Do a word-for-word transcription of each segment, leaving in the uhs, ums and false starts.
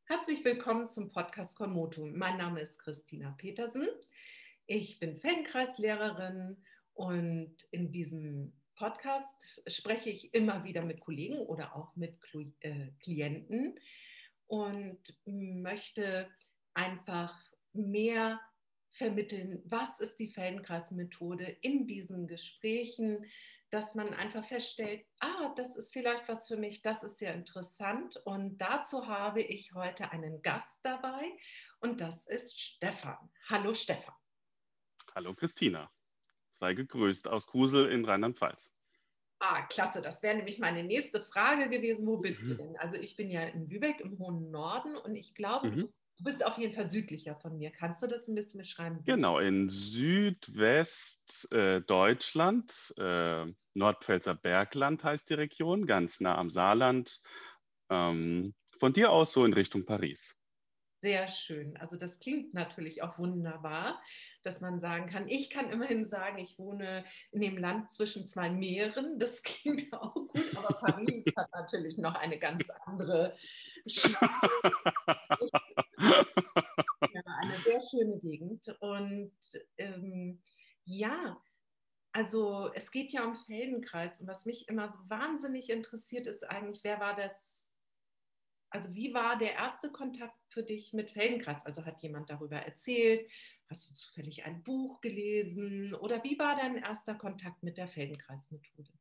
Herzlich willkommen zum Podcast Konmoto. Mein Name ist Christina Petersen. Ich bin Feldenkreislehrerin und in diesem Podcast spreche ich immer wieder mit Kollegen oder auch mit Klienten und möchte einfach mehr vermitteln, was ist die Feldenkreismethode in diesen Gesprächen, dass man einfach feststellt, ah, das ist vielleicht was für mich, das ist ja interessant. Und dazu habe ich heute einen Gast dabei und das ist Stefan. Hallo Stefan. Hallo Christina, sei gegrüßt aus Kusel in Rheinland-Pfalz. Ah, klasse, das wäre nämlich meine nächste Frage gewesen. Wo bist mhm. du denn? Also ich bin ja in Lübeck im hohen Norden und ich glaube, mhm. du, bist, du bist auf jeden Fall südlicher von mir. Kannst du das ein bisschen beschreiben? Genau, in Südwestdeutschland, äh, äh, Nordpfälzer Bergland heißt die Region, ganz nah am Saarland. Ähm, von dir aus so in Richtung Paris. Sehr schön. Also das klingt natürlich auch wunderbar, dass man sagen kann, ich kann immerhin sagen, ich wohne in dem Land zwischen zwei Meeren. Das klingt auch gut, aber Paris hat natürlich noch eine ganz andere ja, eine sehr schöne Gegend. Und ähm, ja, also es geht ja um Feldenkreis. Und was mich immer so wahnsinnig interessiert, ist eigentlich, wer war das? Also wie war der erste Kontakt für dich mit Feldenkreis? Also hat jemand darüber erzählt? Hast du zufällig ein Buch gelesen? Oder wie war dein erster Kontakt mit der Feldenkreismethode?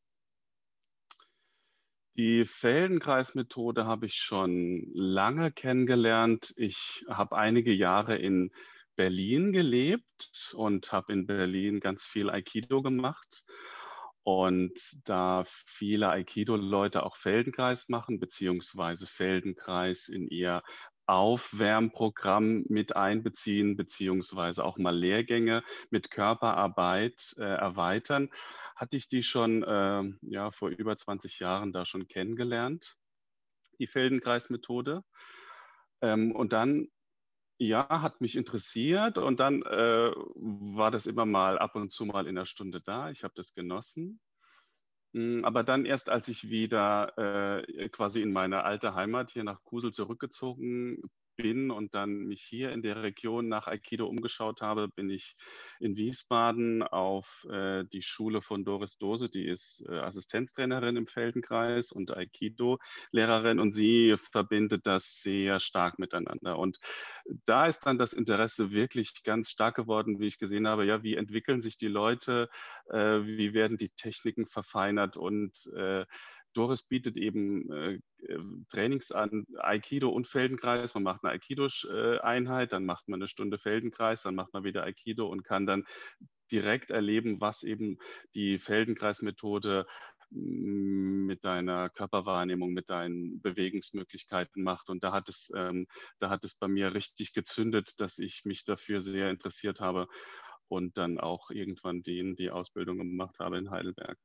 Die Feldenkreismethode habe ich schon lange kennengelernt. Ich habe einige Jahre in Berlin gelebt und habe in Berlin ganz viel Aikido gemacht. Und da viele Aikido-Leute auch Feldenkreis machen, beziehungsweise Feldenkreis in ihr Aufwärmprogramm mit einbeziehen, beziehungsweise auch mal Lehrgänge mit Körperarbeit äh, erweitern, hatte ich die schon äh, ja, vor über zwanzig Jahren da schon kennengelernt, die Feldenkreismethode. Ähm, und dann ja, hat mich interessiert und dann äh, war das immer mal ab und zu mal in der Stunde da. Ich habe das genossen. Aber dann erst, als ich wieder äh, quasi in meine alte Heimat hier nach Kusel zurückgezogen bin und dann mich hier in der Region nach Aikido umgeschaut habe, bin ich in Wiesbaden auf äh, die Schule von Doris Dose, die ist äh, Assistenztrainerin im Feldenkreis und Aikido-Lehrerin und sie verbindet das sehr stark miteinander. Und da ist dann das Interesse wirklich ganz stark geworden, wie ich gesehen habe, ja, wie entwickeln sich die Leute, äh, wie werden die Techniken verfeinert und äh, Doris bietet eben äh, Trainings an, Aikido und Feldenkreis. Man macht eine Aikido-Einheit, dann macht man eine Stunde Feldenkreis, dann macht man wieder Aikido und kann dann direkt erleben, was eben die Feldenkreismethode mit deiner Körperwahrnehmung, mit deinen Bewegungsmöglichkeiten macht. Und da hat es, ähm, da hat es bei mir richtig gezündet, dass ich mich dafür sehr interessiert habe und dann auch irgendwann die, die Ausbildung gemacht habe in Heidelberg.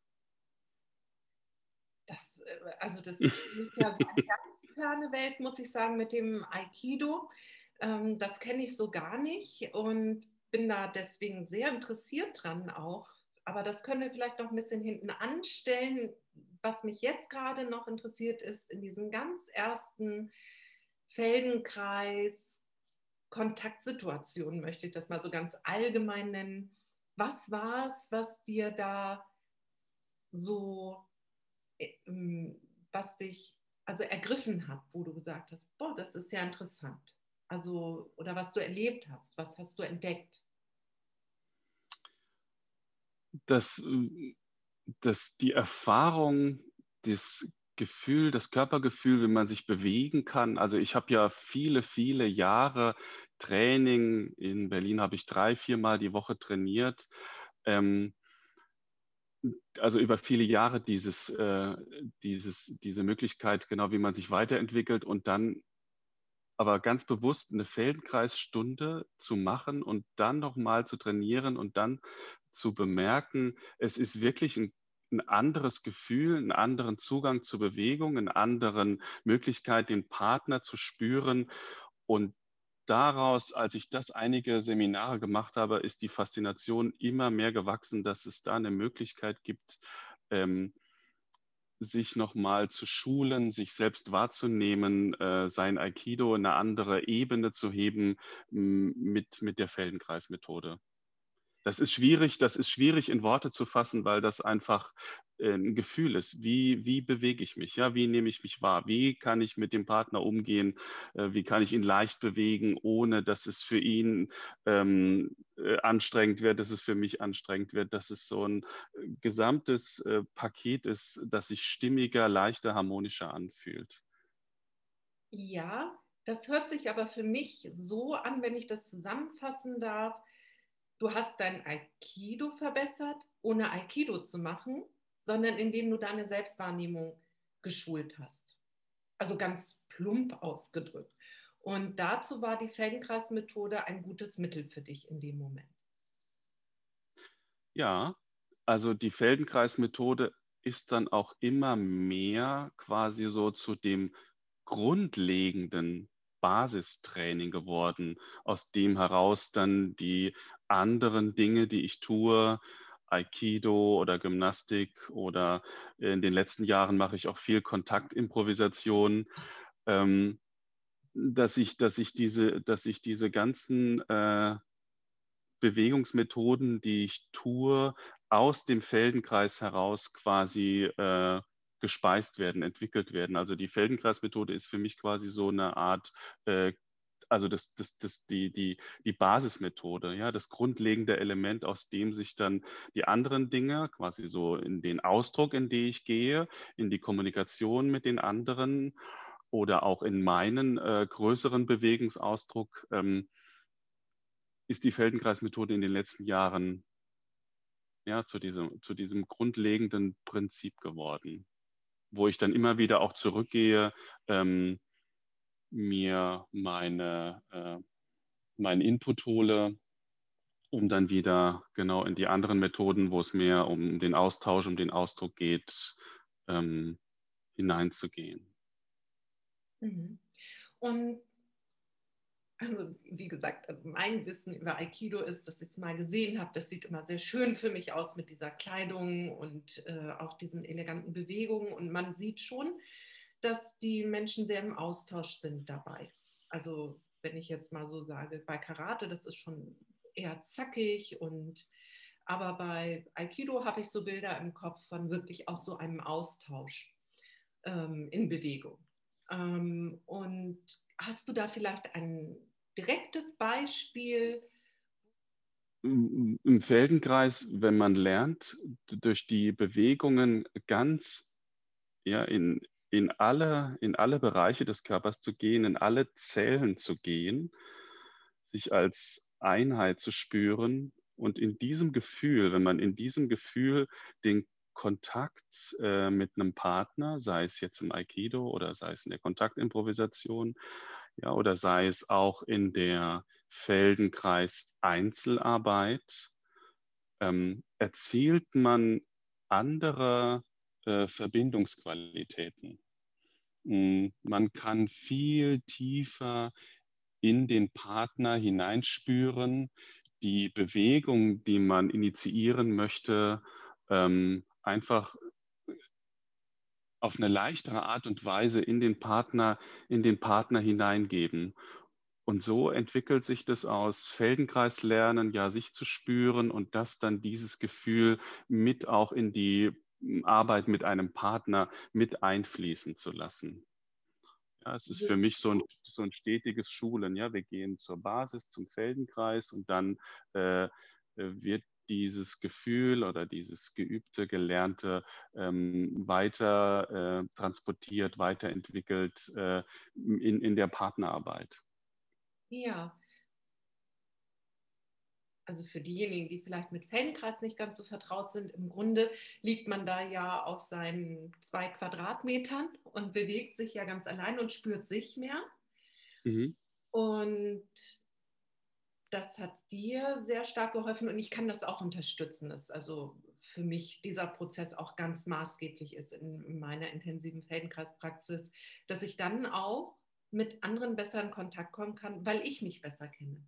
Das, also das ist für mich ja so eine ganz kleine Welt, muss ich sagen, mit dem Aikido. Das kenne ich so gar nicht und bin da deswegen sehr interessiert dran auch. Aber das können wir vielleicht noch ein bisschen hinten anstellen. Was mich jetzt gerade noch interessiert ist, in diesem ganz ersten Feldenkreis Kontaktsituationen, möchte ich das mal so ganz allgemein nennen. Was war es, was dir da so was dich also ergriffen hat, wo du gesagt hast, boah, das ist ja interessant. Also, oder was du erlebt hast, was hast du entdeckt? Das, das, die Erfahrung, das Gefühl, das Körpergefühl, wie man sich bewegen kann. Also ich habe ja viele, viele Jahre Training. In Berlin habe ich drei, viermal die Woche trainiert. Ähm, also über viele Jahre dieses, äh, dieses, diese Möglichkeit, genau wie man sich weiterentwickelt und dann aber ganz bewusst eine Feldenkreisstunde zu machen und dann nochmal zu trainieren und dann zu bemerken, es ist wirklich ein, ein anderes Gefühl, einen anderen Zugang zur Bewegung, eine andere Möglichkeit, den Partner zu spüren. Und daraus, als ich das einige Seminare gemacht habe, ist die Faszination immer mehr gewachsen, dass es da eine Möglichkeit gibt, ähm, sich nochmal zu schulen, sich selbst wahrzunehmen, äh, sein Aikido in eine andere Ebene zu heben m, mit, mit der Feldenkreismethode. Das ist schwierig, das ist schwierig in Worte zu fassen, weil das einfach äh, ein Gefühl ist. Wie, wie bewege ich mich? Ja, wie nehme ich mich wahr? Wie kann ich mit dem Partner umgehen? Äh, wie kann ich ihn leicht bewegen, ohne dass es für ihn ähm, äh, anstrengend wird, dass es für mich anstrengend wird, dass es so ein äh, gesamtes äh, Paket ist, das sich stimmiger, leichter, harmonischer anfühlt. Ja, das hört sich aber für mich so an, wenn ich das zusammenfassen darf. Du hast dein Aikido verbessert, ohne Aikido zu machen, sondern indem du deine Selbstwahrnehmung geschult hast. Also ganz plump ausgedrückt. Und dazu war die Feldenkreismethode ein gutes Mittel für dich in dem Moment. Ja, also die Feldenkreismethode ist dann auch immer mehr quasi so zu dem grundlegenden Basistraining geworden, aus dem heraus dann die anderen Dinge, die ich tue, Aikido oder Gymnastik oder in den letzten Jahren mache ich auch viel Kontaktimprovisation, ähm, dass ich, dass ich diese, dass ich diese ganzen äh, Bewegungsmethoden, die ich tue, aus dem Feldenkreis heraus quasi äh, gespeist werden, entwickelt werden. Also die Feldenkreismethode ist für mich quasi so eine Art, äh, also das, das, das, die, die, die Basismethode, ja, das grundlegende Element, aus dem sich dann die anderen Dinge, quasi so in den Ausdruck, in den ich gehe, in die Kommunikation mit den anderen oder auch in meinen äh, größeren Bewegungsausdruck, ähm, ist die Feldenkreismethode in den letzten Jahren ja, zu diesem, zu diesem grundlegenden Prinzip geworden, wo ich dann immer wieder auch zurückgehe, ähm, mir meine, äh, meinen Input hole, um dann wieder genau in die anderen Methoden, wo es mehr um den Austausch, um den Ausdruck geht, ähm, hineinzugehen. Mhm. Und also wie gesagt, also mein Wissen über Aikido ist, dass ich es mal gesehen habe, das sieht immer sehr schön für mich aus mit dieser Kleidung und äh, auch diesen eleganten Bewegungen. Und man sieht schon, dass die Menschen sehr im Austausch sind dabei. Also wenn ich jetzt mal so sage, bei Karate, das ist schon eher zackig und aber bei Aikido habe ich so Bilder im Kopf von wirklich auch so einem Austausch ähm, in Bewegung. Ähm, und hast du da vielleicht ein direktes Beispiel? Im Feldenkreis, wenn man lernt, durch die Bewegungen ganz ja, in, in, alle, in alle Bereiche des Körpers zu gehen, in alle Zellen zu gehen, sich als Einheit zu spüren und in diesem Gefühl, wenn man in diesem Gefühl den Kontakt äh, mit einem Partner, sei es jetzt im Aikido oder sei es in der Kontaktimprovisation, ja, oder sei es auch in der Feldenkreis-Einzelarbeit, ähm, erzielt man andere äh, Verbindungsqualitäten. Mm, Man kann viel tiefer in den Partner hineinspüren, die Bewegung, die man initiieren möchte, ähm, einfach auf eine leichtere Art und Weise in den Partner, in den Partner hineingeben. Und so entwickelt sich das aus Feldenkreislernen, ja, sich zu spüren und das dann dieses Gefühl mit auch in die Arbeit mit einem Partner mit einfließen zu lassen. Ja, es ist für mich so ein, so ein stetiges Schulen. Ja, wir gehen zur Basis, zum Feldenkreis und dann äh, wird dieses Gefühl oder dieses geübte, gelernte ähm, weiter äh, transportiert, weiterentwickelt äh, in, in der Partnerarbeit. Ja, also für diejenigen, die vielleicht mit Feldenkreis nicht ganz so vertraut sind, im Grunde liegt man da ja auf seinen zwei Quadratmetern und bewegt sich ja ganz allein und spürt sich mehr. Mhm. Und das hat dir sehr stark geholfen und ich kann das auch unterstützen, dass also für mich dieser Prozess auch ganz maßgeblich ist in meiner intensiven Feldenkreispraxis, dass ich dann auch mit anderen besser in Kontakt kommen kann, weil ich mich besser kenne.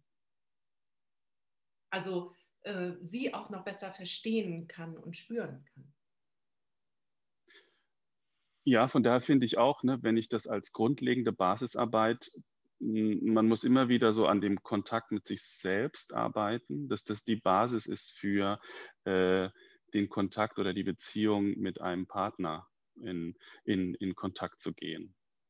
Also äh, sie auch noch besser verstehen kann und spüren kann. Ja, von daher finde ich auch, ne, wenn ich das als grundlegende Basisarbeit, man muss immer wieder so an dem Kontakt mit sich selbst arbeiten, dass das die Basis ist für äh, den Kontakt oder die Beziehung mit einem Partner in, in, in Kontakt zu gehen.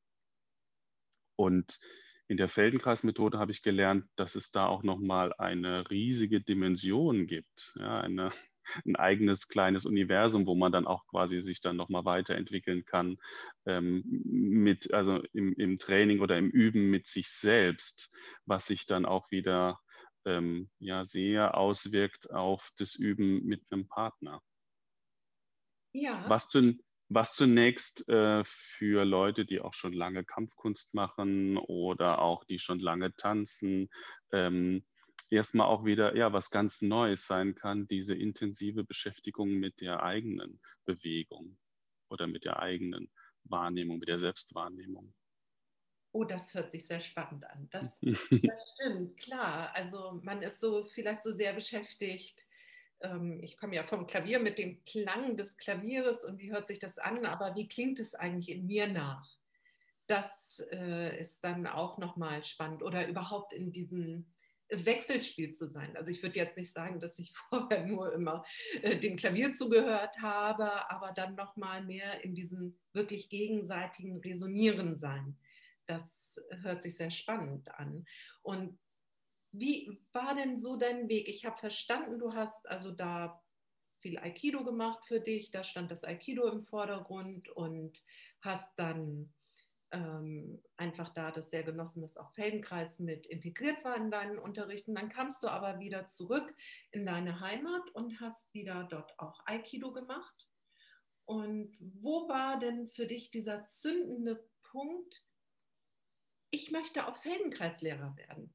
Und in der Feldenkreis-Methode habe ich gelernt, dass es da auch nochmal eine riesige Dimension gibt, ja, eine, ein eigenes kleines Universum, wo man dann auch quasi sich dann nochmal weiterentwickeln kann, ähm, mit, also im, im Training oder im Üben mit sich selbst, was sich dann auch wieder ähm, ja, sehr auswirkt auf das Üben mit einem Partner. Ja. Was, zu, was zunächst äh, für Leute, die auch schon lange Kampfkunst machen oder auch die schon lange tanzen, ähm, erstmal auch wieder ja, was ganz Neues sein kann, diese intensive Beschäftigung mit der eigenen Bewegung oder mit der eigenen Wahrnehmung, mit der Selbstwahrnehmung. Oh, das hört sich sehr spannend an. Das, das stimmt, klar. Also man ist so vielleicht so sehr beschäftigt. Ähm, ich komme ja vom Klavier mit dem Klang des Klavieres und wie hört sich das an, aber wie klingt es eigentlich in mir nach? Das äh, ist dann auch nochmal spannend oder überhaupt in diesem Wechselspiel zu sein. Also ich würde jetzt nicht sagen, dass ich vorher nur immer äh, dem Klavier zugehört habe, aber dann nochmal mehr in diesem wirklich gegenseitigen Resonieren sein. Das hört sich sehr spannend an. Und wie war denn so dein Weg? Ich habe verstanden, du hast also da viel Aikido gemacht für dich, da stand das Aikido im Vordergrund und hast dann ähm, einfach da das sehr genossen, dass auch Feldenkreis mit integriert war in deinen Unterrichten. Dann kamst du aber wieder zurück in deine Heimat und hast wieder dort auch Aikido gemacht. Und wo war denn für dich dieser zündende Punkt, ich möchte auch Feldenkreislehrer werden?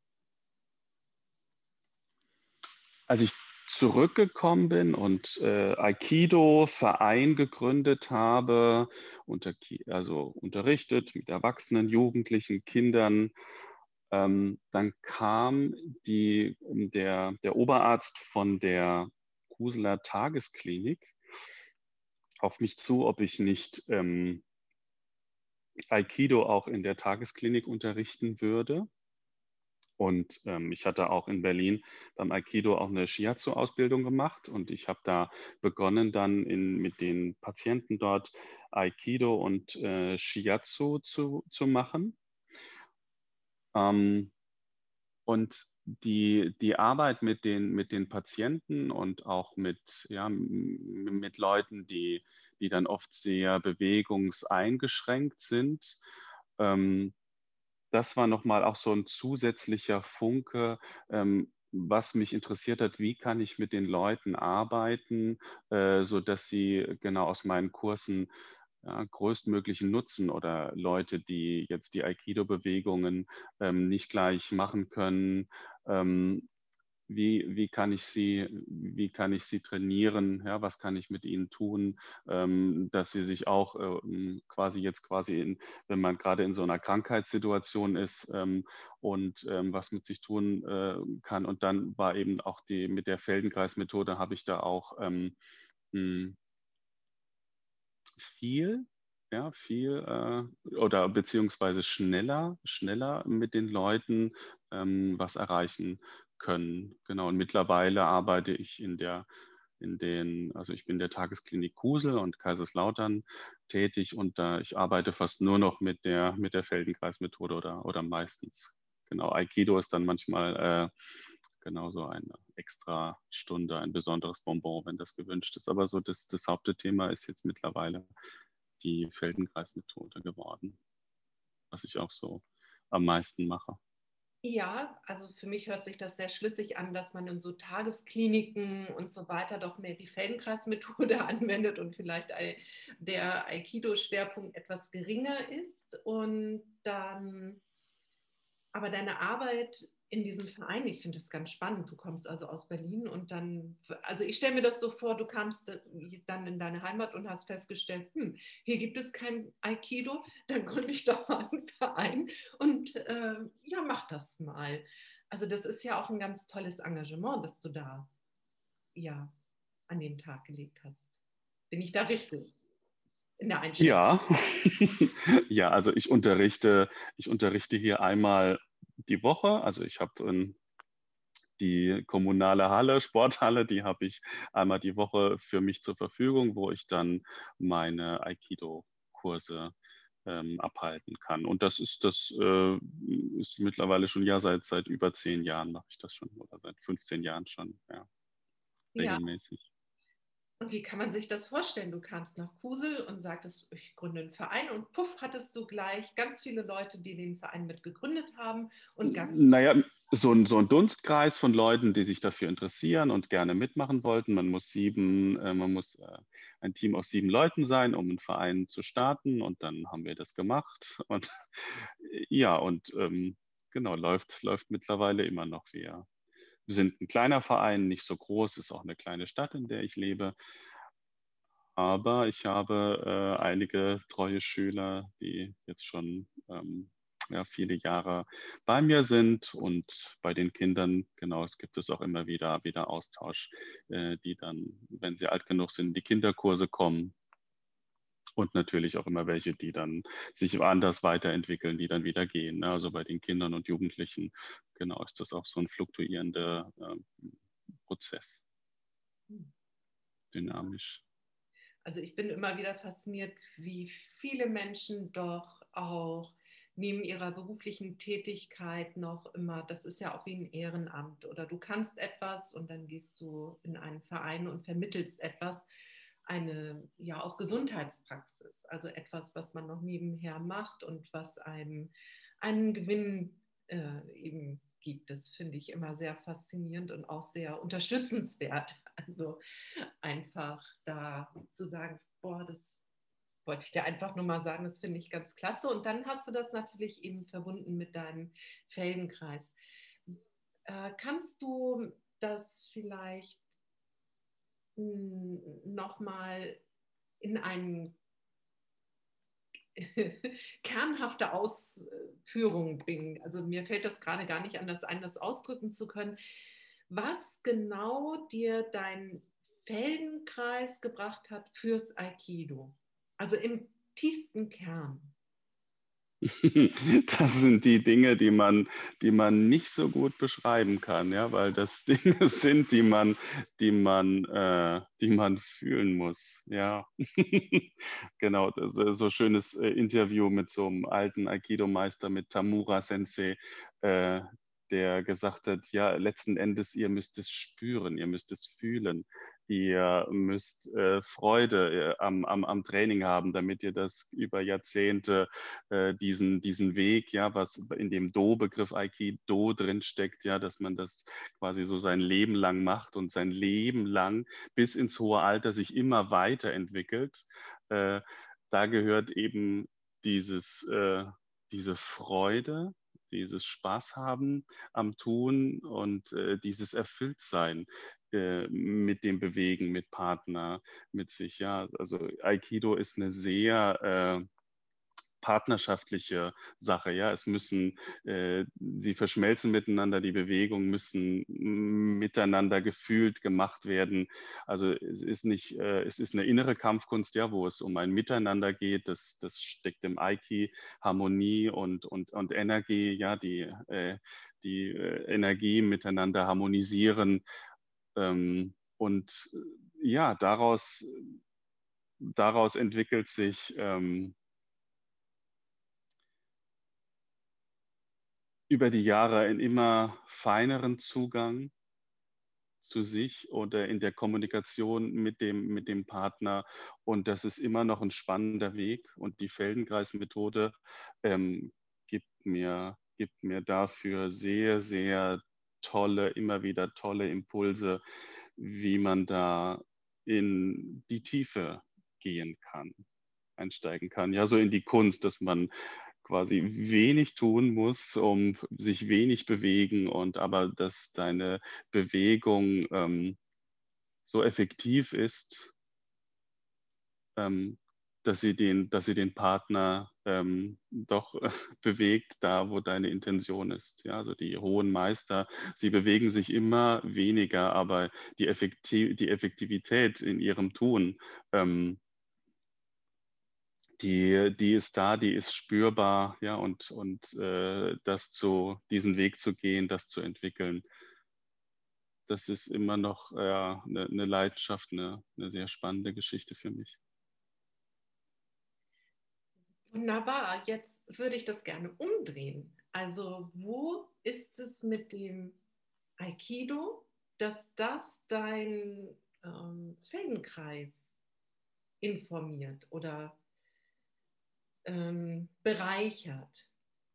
Als ich zurückgekommen bin und äh, Aikido-Verein gegründet habe, unter, also unterrichtet mit Erwachsenen, Jugendlichen, Kindern, ähm, dann kam die, der, der Oberarzt von der Kuseler Tagesklinik auf mich zu, ob ich nicht ähm, Aikido auch in der Tagesklinik unterrichten würde. Und ähm, ich hatte auch in Berlin beim Aikido auch eine Shiatsu-Ausbildung gemacht und ich habe da begonnen, dann in, mit den Patienten dort Aikido und äh, Shiatsu zu, zu machen. Ähm, und die, die Arbeit mit den, mit den Patienten und auch mit, ja, mit Leuten, die, die dann oft sehr bewegungseingeschränkt sind, ähm, das war nochmal auch so ein zusätzlicher Funke, ähm, was mich interessiert hat, wie kann ich mit den Leuten arbeiten, äh, sodass sie genau aus meinen Kursen ja, größtmöglichen Nutzen oder Leute, die jetzt die Aikido-Bewegungen ähm, nicht gleich machen können, ähm, wie, wie, kann ich sie, wie kann ich sie trainieren, ja, was kann ich mit ihnen tun, ähm, dass sie sich auch ähm, quasi jetzt quasi, in, wenn man gerade in so einer Krankheitssituation ist ähm, und ähm, was mit sich tun äh, kann. Und dann war eben auch die, mit der Feldenkreis-Methode habe ich da auch ähm, viel, ja, viel äh, oder beziehungsweise schneller, schneller mit den Leuten ähm, was erreichen können. Genau, und mittlerweile arbeite ich in der, in den, also ich bin in der Tagesklinik Kusel und Kaiserslautern tätig und da ich arbeite fast nur noch mit der, mit der Feldenkreismethode oder, oder meistens. Genau, Aikido ist dann manchmal äh, genauso eine extra Stunde, ein besonderes Bonbon, wenn das gewünscht ist. Aber so das, das Hauptthema ist jetzt mittlerweile die Feldenkreismethode geworden, was ich auch so am meisten mache. Ja, also für mich hört sich das sehr schlüssig an, dass man in so Tageskliniken und so weiter doch mehr die Feldenkreismethode anwendet und vielleicht der Aikido-Schwerpunkt etwas geringer ist. Und dann, aber deine Arbeit in diesem Verein, ich finde das ganz spannend. Du kommst also aus Berlin und dann, also ich stelle mir das so vor, du kamst dann in deine Heimat und hast festgestellt, hm, hier gibt es kein Aikido, dann gründe ich doch mal einen Verein und äh, ja, mach das mal. Also das ist ja auch ein ganz tolles Engagement, das du da ja an den Tag gelegt hast. Bin ich da richtig? in der Einstellung? Ja, ja, also ich unterrichte, ich unterrichte hier einmal die Woche. Also ich habe ähm, die kommunale Halle, Sporthalle, die habe ich einmal die Woche für mich zur Verfügung, wo ich dann meine Aikido-Kurse ähm, abhalten kann. Und das ist das äh, ist mittlerweile schon ja seit seit über zehn Jahren mache ich das schon oder seit fünfzehn Jahren schon, ja, Ja. regelmäßig. Und wie kann man sich das vorstellen? Du kamst nach Kusel und sagtest, ich gründe einen Verein und puff, hattest du gleich ganz viele Leute, die den Verein mit gegründet haben und ganz viele. Naja, so ein, so ein Dunstkreis von Leuten, die sich dafür interessieren und gerne mitmachen wollten. Man muss sieben, äh, man muss äh, ein Team aus sieben Leuten sein, um einen Verein zu starten. Und dann haben wir das gemacht. Und ja, und ähm, genau, läuft, läuft mittlerweile immer noch. Wir, wir sind ein kleiner Verein, nicht so groß, ist auch eine kleine Stadt, in der ich lebe. Aber ich habe äh, einige treue Schüler, die jetzt schon ähm, ja, viele Jahre bei mir sind und bei den Kindern, genau, es gibt es auch immer wieder, wieder Austausch, äh, die dann, wenn sie alt genug sind, in die Kinderkurse kommen und natürlich auch immer welche, die dann sich anders weiterentwickeln, die dann wieder gehen. Ne? Also bei den Kindern und Jugendlichen, genau, ist das auch so ein fluktuierender äh, Prozess, dynamisch. Also ich bin immer wieder fasziniert, wie viele Menschen doch auch neben ihrer beruflichen Tätigkeit noch immer, das ist ja auch wie ein Ehrenamt oder du kannst etwas und dann gehst du in einen Verein und vermittelst etwas, eine ja auch Gesundheitspraxis, also etwas, was man noch nebenher macht und was einem einen Gewinn äh, eben gibt. Das finde ich immer sehr faszinierend und auch sehr unterstützenswert. Also einfach da zu sagen, boah, das wollte ich dir einfach nur mal sagen, das finde ich ganz klasse. Und dann hast du das natürlich eben verbunden mit deinem Feldenkreis. Äh, kannst du das vielleicht nochmal in einen kernhafte Ausführungen bringen? Also mir fällt das gerade gar nicht anders ein, das ausdrücken zu können, was genau dir dein Feldenkreis gebracht hat fürs Aikido. Also im tiefsten Kern. Das sind die Dinge, die man, die man nicht so gut beschreiben kann, ja, weil das Dinge sind, die man, die man, äh, die man fühlen muss, ja. Genau, das ist so ein schönes äh, Interview mit so einem alten Aikido-Meister, mit Tamura Sensei, äh, der gesagt hat, ja, letzten Endes, ihr müsst es spüren, ihr müsst es fühlen. Ihr müsst äh, Freude äh, am, am, am Training haben, damit ihr das über Jahrzehnte äh, diesen, diesen Weg, ja, was in dem Do-Begriff Aikido drinsteckt, ja, dass man das quasi so sein Leben lang macht und sein Leben lang bis ins hohe Alter sich immer weiterentwickelt. Äh, da gehört eben dieses, äh, diese Freude, dieses Spaß haben am Tun und äh, dieses Erfülltsein äh, mit dem Bewegen, mit Partner, mit sich. Ja, also Aikido ist eine sehr äh, partnerschaftliche Sache. Ja, es müssen, äh, sie verschmelzen miteinander, die Bewegungen müssen miteinander gefühlt gemacht werden. Also es ist nicht, äh, es ist eine innere Kampfkunst, ja, wo es um ein Miteinander geht. Das, das steckt im Aiki, Harmonie und, und, und Energie, ja, die, äh, die äh, Energie miteinander harmonisieren. Ähm, und ja, daraus, daraus entwickelt sich ähm, über die Jahre einen immer feineren Zugang zu sich oder in der Kommunikation mit dem, mit dem Partner. Und das ist immer noch ein spannender Weg. Und die Feldenkreis-Methode ähm, gibt mir, gibt mir dafür sehr, sehr tolle, immer wieder tolle Impulse, wie man da in die Tiefe gehen kann, einsteigen kann. Ja, so in die Kunst, dass man quasi wenig tun muss, um sich wenig bewegen und aber dass deine Bewegung ähm, so effektiv ist, ähm, dass sie den, dass sie den Partner ähm, doch äh, bewegt, da wo deine Intention ist. Ja, also die hohen Meister, sie bewegen sich immer weniger, aber die, Effektiv die Effektivität in ihrem Tun ähm, die, die ist da, die ist spürbar, ja, und, und äh, das zu, diesen Weg zu gehen, das zu entwickeln, das ist immer noch äh, eine, eine Leidenschaft, eine, eine sehr spannende Geschichte für mich. Wunderbar, jetzt würde ich das gerne umdrehen. Also wo ist es mit dem Aikido, dass das dein ähm, Feldenkreis informiert oder ähm, bereichert?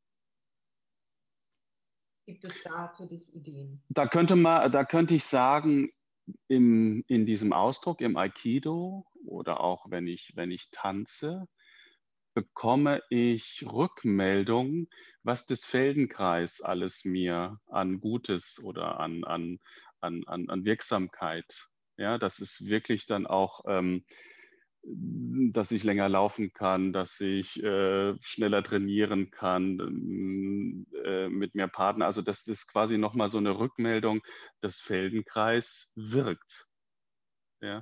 Gibt es da für dich Ideen? Da könnte man, da könnte ich sagen, im, in diesem Ausdruck, im Aikido oder auch wenn ich, wenn ich tanze, bekomme ich Rückmeldung, was das Feldenkreis alles mir an Gutes oder an, an, an, an, an Wirksamkeit. Ja, das ist wirklich dann auch, ähm, dass ich länger laufen kann, dass ich äh, schneller trainieren kann äh, mit mehr Partner. Also das ist quasi nochmal so eine Rückmeldung, das Feldenkreis wirkt. Ja.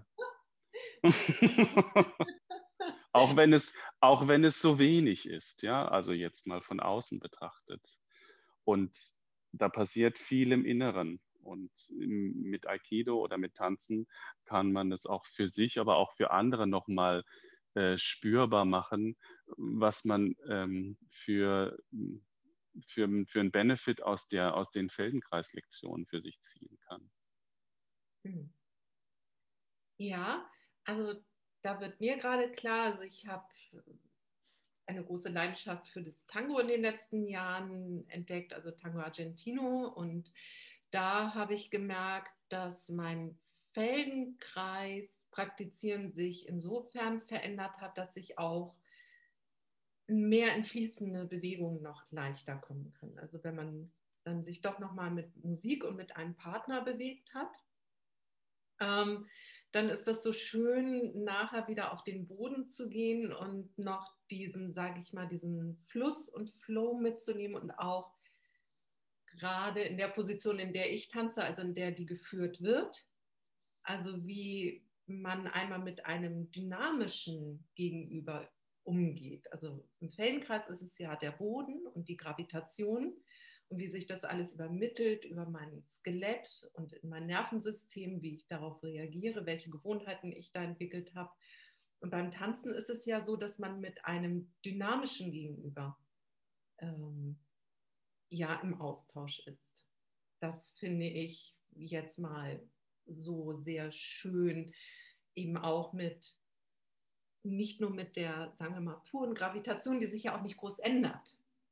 Auch wenn es, auch wenn es so wenig ist, ja, also jetzt mal von außen betrachtet. Und da passiert viel im Inneren. Und mit Aikido oder mit Tanzen kann man es auch für sich, aber auch für andere nochmal äh, spürbar machen, was man ähm, für, für, für einen Benefit aus, der, aus den Feldenkreislektionen für sich ziehen kann. Hm. Ja, also da wird mir gerade klar, also ich habe eine große Leidenschaft für das Tango in den letzten Jahren entdeckt, also Tango Argentino. Und da habe ich gemerkt, dass mein Feldenkreis praktizieren sich insofern verändert hat, dass ich auch mehr in fließende Bewegungen noch leichter kommen kann. Also wenn man dann sich doch nochmal mit Musik und mit einem Partner bewegt hat, ähm, dann ist das so schön, nachher wieder auf den Boden zu gehen und noch diesen, sage ich mal, diesen Fluss und Flow mitzunehmen und auch gerade in der Position, in der ich tanze, also in der die geführt wird, also wie man einmal mit einem dynamischen Gegenüber umgeht. Also im Feldenkreis ist es ja der Boden und die Gravitation und wie sich das alles übermittelt über mein Skelett und in mein Nervensystem, wie ich darauf reagiere, welche Gewohnheiten ich da entwickelt habe. Und beim Tanzen ist es ja so, dass man mit einem dynamischen Gegenüber ähm, ja im Austausch ist. Das finde ich jetzt mal so sehr schön, eben auch mit, nicht nur mit der, sagen wir mal, puren Gravitation, die sich ja auch nicht groß ändert,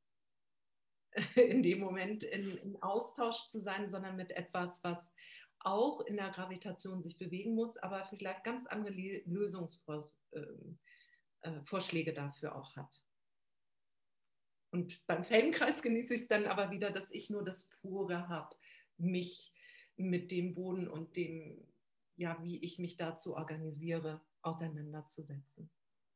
in dem Moment in, in Austausch zu sein, sondern mit etwas, was auch in der Gravitation sich bewegen muss, aber vielleicht ganz andere Lösungsvorschläge dafür auch hat. Und beim Feldenkreis genieße ich es dann aber wieder, dass ich nur das Pure habe, mich mit dem Boden und dem, ja, wie ich mich dazu organisiere, auseinanderzusetzen.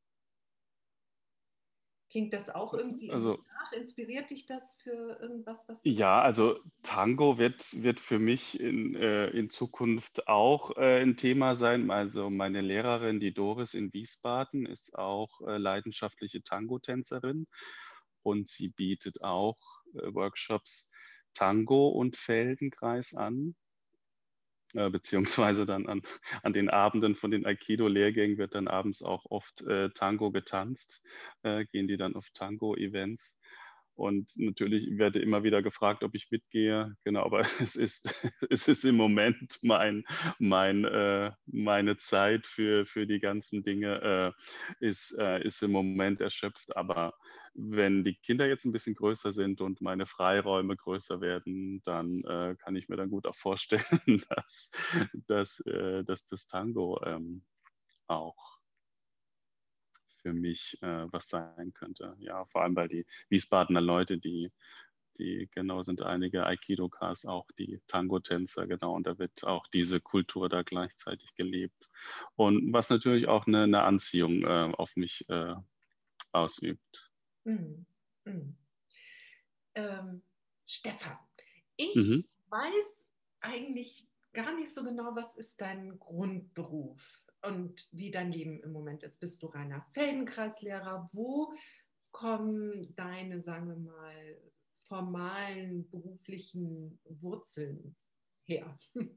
Klingt das auch irgendwie Also nach? Inspiriert dich das für irgendwas, was du... ja, also Tango wird, wird für mich in, äh, in Zukunft auch äh, ein Thema sein. Also meine Lehrerin, die Doris in Wiesbaden, ist auch äh, leidenschaftliche Tango-Tänzerin und sie bietet auch äh, Workshops Tango und Feldenkreis an. Äh, beziehungsweise dann an, an den Abenden von den Aikido-Lehrgängen wird dann abends auch oft äh, Tango getanzt, äh, gehen die dann auf Tango-Events. Und natürlich werde immer wieder gefragt, ob ich mitgehe. Genau, aber es ist, es ist im Moment mein, mein, äh, meine Zeit für, für die ganzen Dinge äh, ist, äh, ist im Moment erschöpft. Aber wenn die Kinder jetzt ein bisschen größer sind und meine Freiräume größer werden, dann äh, kann ich mir dann gut auch vorstellen, dass, dass, äh, dass das Tango ähm, auch für mich äh, was sein könnte. Ja, vor allem weil die Wiesbadener Leute, die, die genau sind einige Aikido-Kas auch die Tango-Tänzer, genau, und da wird auch diese Kultur da gleichzeitig gelebt. Und was natürlich auch eine, eine Anziehung äh, auf mich äh, ausübt. Mhm. Mhm. Ähm, Stefan, ich Mhm. weiß eigentlich gar nicht so genau, was ist dein Grundberuf? und wie dein Leben im Moment ist. Bist du reiner Feldenkreislehrer? Wo kommen deine, sagen wir mal, formalen beruflichen Wurzeln her?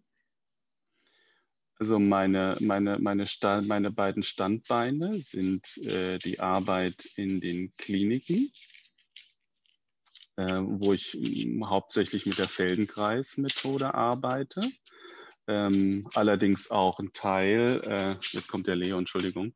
Also meine, meine, meine, Sta- meine beiden Standbeine sind äh, die Arbeit in den Kliniken, äh, wo ich mh, hauptsächlich mit der Feldenkreis-Methode arbeite. Ähm, allerdings auch ein Teil, äh, jetzt kommt der Leo, Entschuldigung,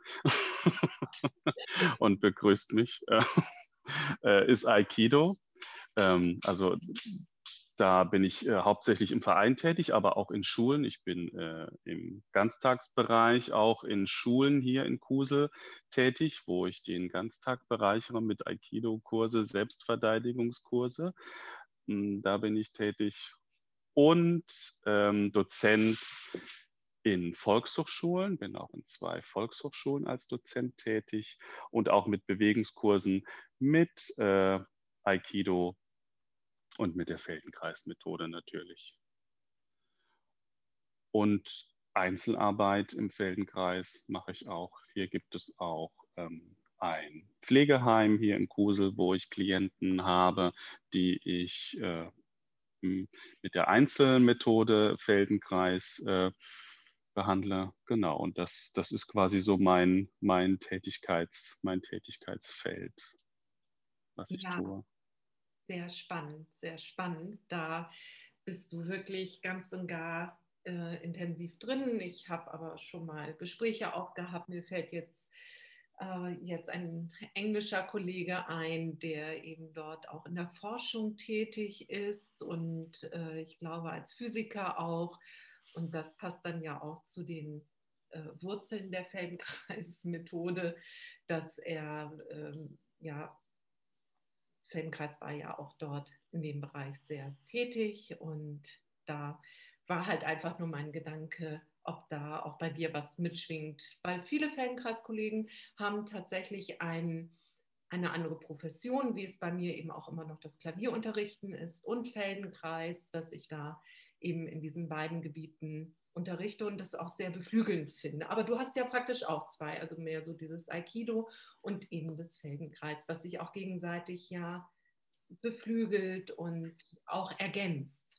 und begrüßt mich, äh, äh, ist Aikido. Ähm, also da bin ich äh, hauptsächlich im Verein tätig, aber auch in Schulen. Ich bin äh, im Ganztagsbereich auch in Schulen hier in Kusel tätig, wo ich den Ganztag bereichere mit Aikido-Kurse, Selbstverteidigungskurse. Hm, Da bin ich tätig und ähm, Dozent in Volkshochschulen, bin auch in zwei Volkshochschulen als Dozent tätig und auch mit Bewegungskursen mit äh, Aikido und mit der Feldenkreis-Methode natürlich. Und Einzelarbeit im Feldenkreis mache ich auch. Hier gibt es auch ähm, ein Pflegeheim hier in Kusel, wo ich Klienten habe, die ich äh, mit der Einzelmethode Feldenkreis äh, behandle. Genau, und das, das ist quasi so mein, mein, Tätigkeits, mein Tätigkeitsfeld, was ich Ja, tue. sehr spannend, sehr spannend. Da bist du wirklich ganz und gar äh, intensiv drin. Ich habe aber schon mal Gespräche auch gehabt. Mir fällt jetzt, äh, jetzt ein englischer Kollege ein, der eben dort auch in der Forschung tätig ist und äh, ich glaube als Physiker auch. Und das passt dann ja auch zu den äh, Wurzeln der Feldenkreis-Methode, dass er ähm, ja Feldenkreis war ja auch dort in dem Bereich sehr tätig und da war halt einfach nur mein Gedanke, ob da auch bei dir was mitschwingt, weil viele Feldenkreiskollegen haben tatsächlich ein, eine andere Profession, wie es bei mir eben auch immer noch das Klavierunterrichten ist und Feldenkreis, dass ich da eben in diesen beiden Gebieten unterrichte und das auch sehr beflügelnd finde. Aber du hast ja praktisch auch zwei, also mehr so dieses Aikido und eben das Feldenkreis, was sich auch gegenseitig ja beflügelt und auch ergänzt.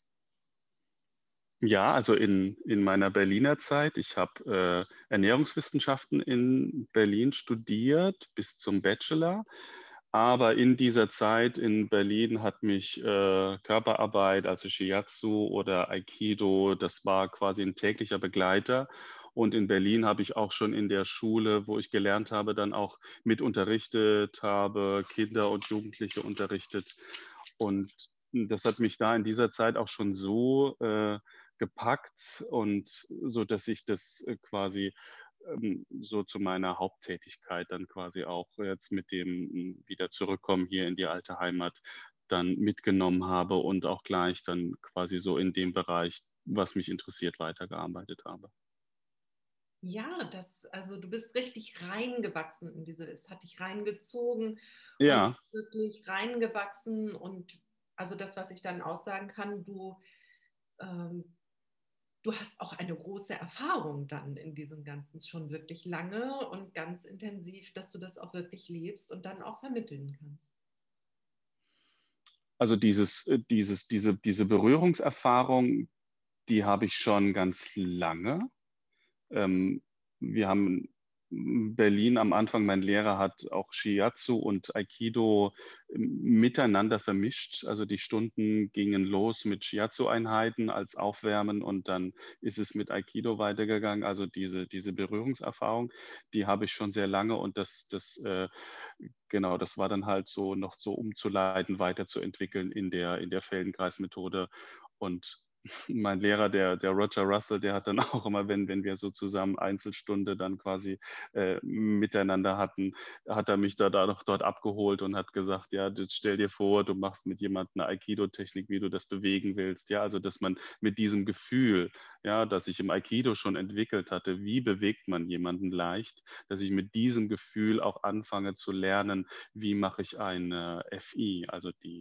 Ja, also in, in meiner Berliner Zeit, ich habe äh, Ernährungswissenschaften in Berlin studiert bis zum Bachelor. Aber in dieser Zeit in Berlin hat mich äh, Körperarbeit, also Shiatsu oder Aikido, das war quasi ein täglicher Begleiter. Und in Berlin habe ich auch schon in der Schule, wo ich gelernt habe, dann auch mit unterrichtet habe, Kinder und Jugendliche unterrichtet. Und das hat mich da in dieser Zeit auch schon so äh, gepackt und so, dass ich das äh, quasi ähm, so zu meiner Haupttätigkeit dann quasi auch jetzt mit dem m, wieder zurückkommen hier in die alte Heimat dann mitgenommen habe und auch gleich dann quasi so in dem Bereich, was mich interessiert, weitergearbeitet habe. Ja, das, also du bist richtig reingewachsen in diese, es hat dich reingezogen und Ja, wirklich reingewachsen und also das, was ich dann auch sagen kann, du, ähm, du hast auch eine große Erfahrung dann in diesem Ganzen schon wirklich lange und ganz intensiv, dass du das auch wirklich lebst und dann auch vermitteln kannst. also dieses, äh, dieses, diese, diese Berührungserfahrung, die habe ich schon ganz lange. Ähm, wir haben in Berlin am Anfang, mein Lehrer hat auch Shiatsu und Aikido miteinander vermischt. Also die Stunden gingen los mit Shiatsu-Einheiten als Aufwärmen und dann ist es mit Aikido weitergegangen. Also diese, diese Berührungserfahrung, die habe ich schon sehr lange und das, das äh, genau, das war dann halt so noch so umzuleiten, weiterzuentwickeln in der, in der Feldenkreis-Methode. Und mein Lehrer, der, der Roger Russell, der hat dann auch immer, wenn, wenn wir so zusammen Einzelstunde dann quasi äh, miteinander hatten, hat er mich da, da noch dort abgeholt und hat gesagt, ja, jetzt stell dir vor, du machst mit jemandem eine Aikido-Technik, wie du das bewegen willst. Ja, also dass man mit diesem Gefühl, ja, das ich im Aikido schon entwickelt hatte, wie bewegt man jemanden leicht, dass ich mit diesem Gefühl auch anfange zu lernen, wie mache ich eine F I, also die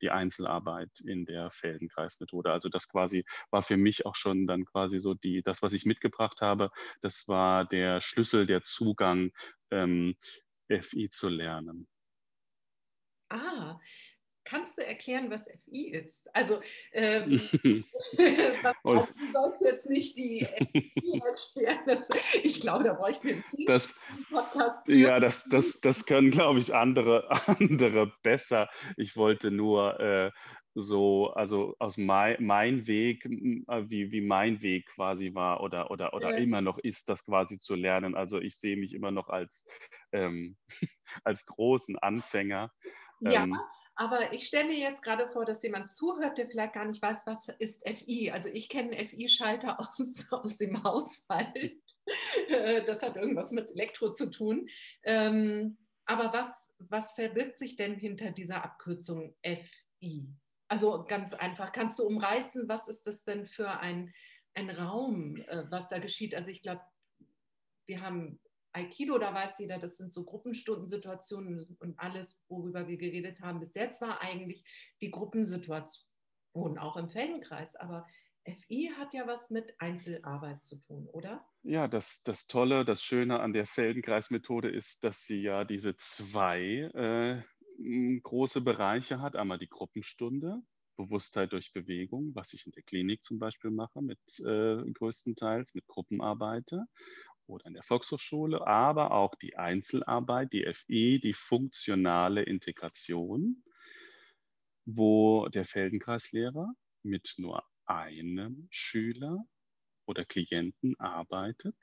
die Einzelarbeit in der Feldenkreismethode. Also das quasi war für mich auch schon dann quasi so die, das, was ich mitgebracht habe, das war der Schlüssel, der Zugang, ähm, F I zu lernen. Ah, kannst du erklären, was F I ist? Also, ähm, was, Und also du sollst jetzt nicht die F I erklären. Ich glaube, da bräuchten wir einen das, Zehn-Stunden-Podcast für. ja, das, das, das können, glaube ich, andere, andere besser. Ich wollte nur äh, so, also aus mein, mein Weg, m, äh, wie, wie mein Weg quasi war oder, oder, oder Äh, immer noch ist, das quasi zu lernen. Also ich sehe mich immer noch als, ähm, als großen Anfänger. Ja, Ähm, aber ich stelle mir jetzt gerade vor, dass jemand zuhört, der vielleicht gar nicht weiß, was ist F I. Also ich kenne einen F I-Schalter aus, aus dem Haushalt. Äh, Das hat irgendwas mit Elektro zu tun. Ähm, aber was, was verbirgt sich denn hinter dieser Abkürzung F I? Also ganz einfach, kannst du umreißen, was ist das denn für ein, ein Raum, äh, was da geschieht? Also ich glaube, wir haben Aikido, da weiß jeder, das sind so Gruppenstundensituationen und alles, worüber wir geredet haben bis jetzt, war eigentlich die Gruppensituation, auch im Feldenkreis. Aber F I hat ja was mit Einzelarbeit zu tun, oder? Ja, das, das Tolle, das Schöne an der Feldenkreismethode ist, dass sie ja diese zwei äh, m, große Bereiche hat. Einmal die Gruppenstunde, Bewusstheit durch Bewegung, was ich in der Klinik zum Beispiel mache, mit äh, größtenteils mit Gruppenarbeit oder in der Volkshochschule, aber auch die Einzelarbeit, die F I, die funktionale Integration, wo der Feldenkreislehrer mit nur einem Schüler oder Klienten arbeitet.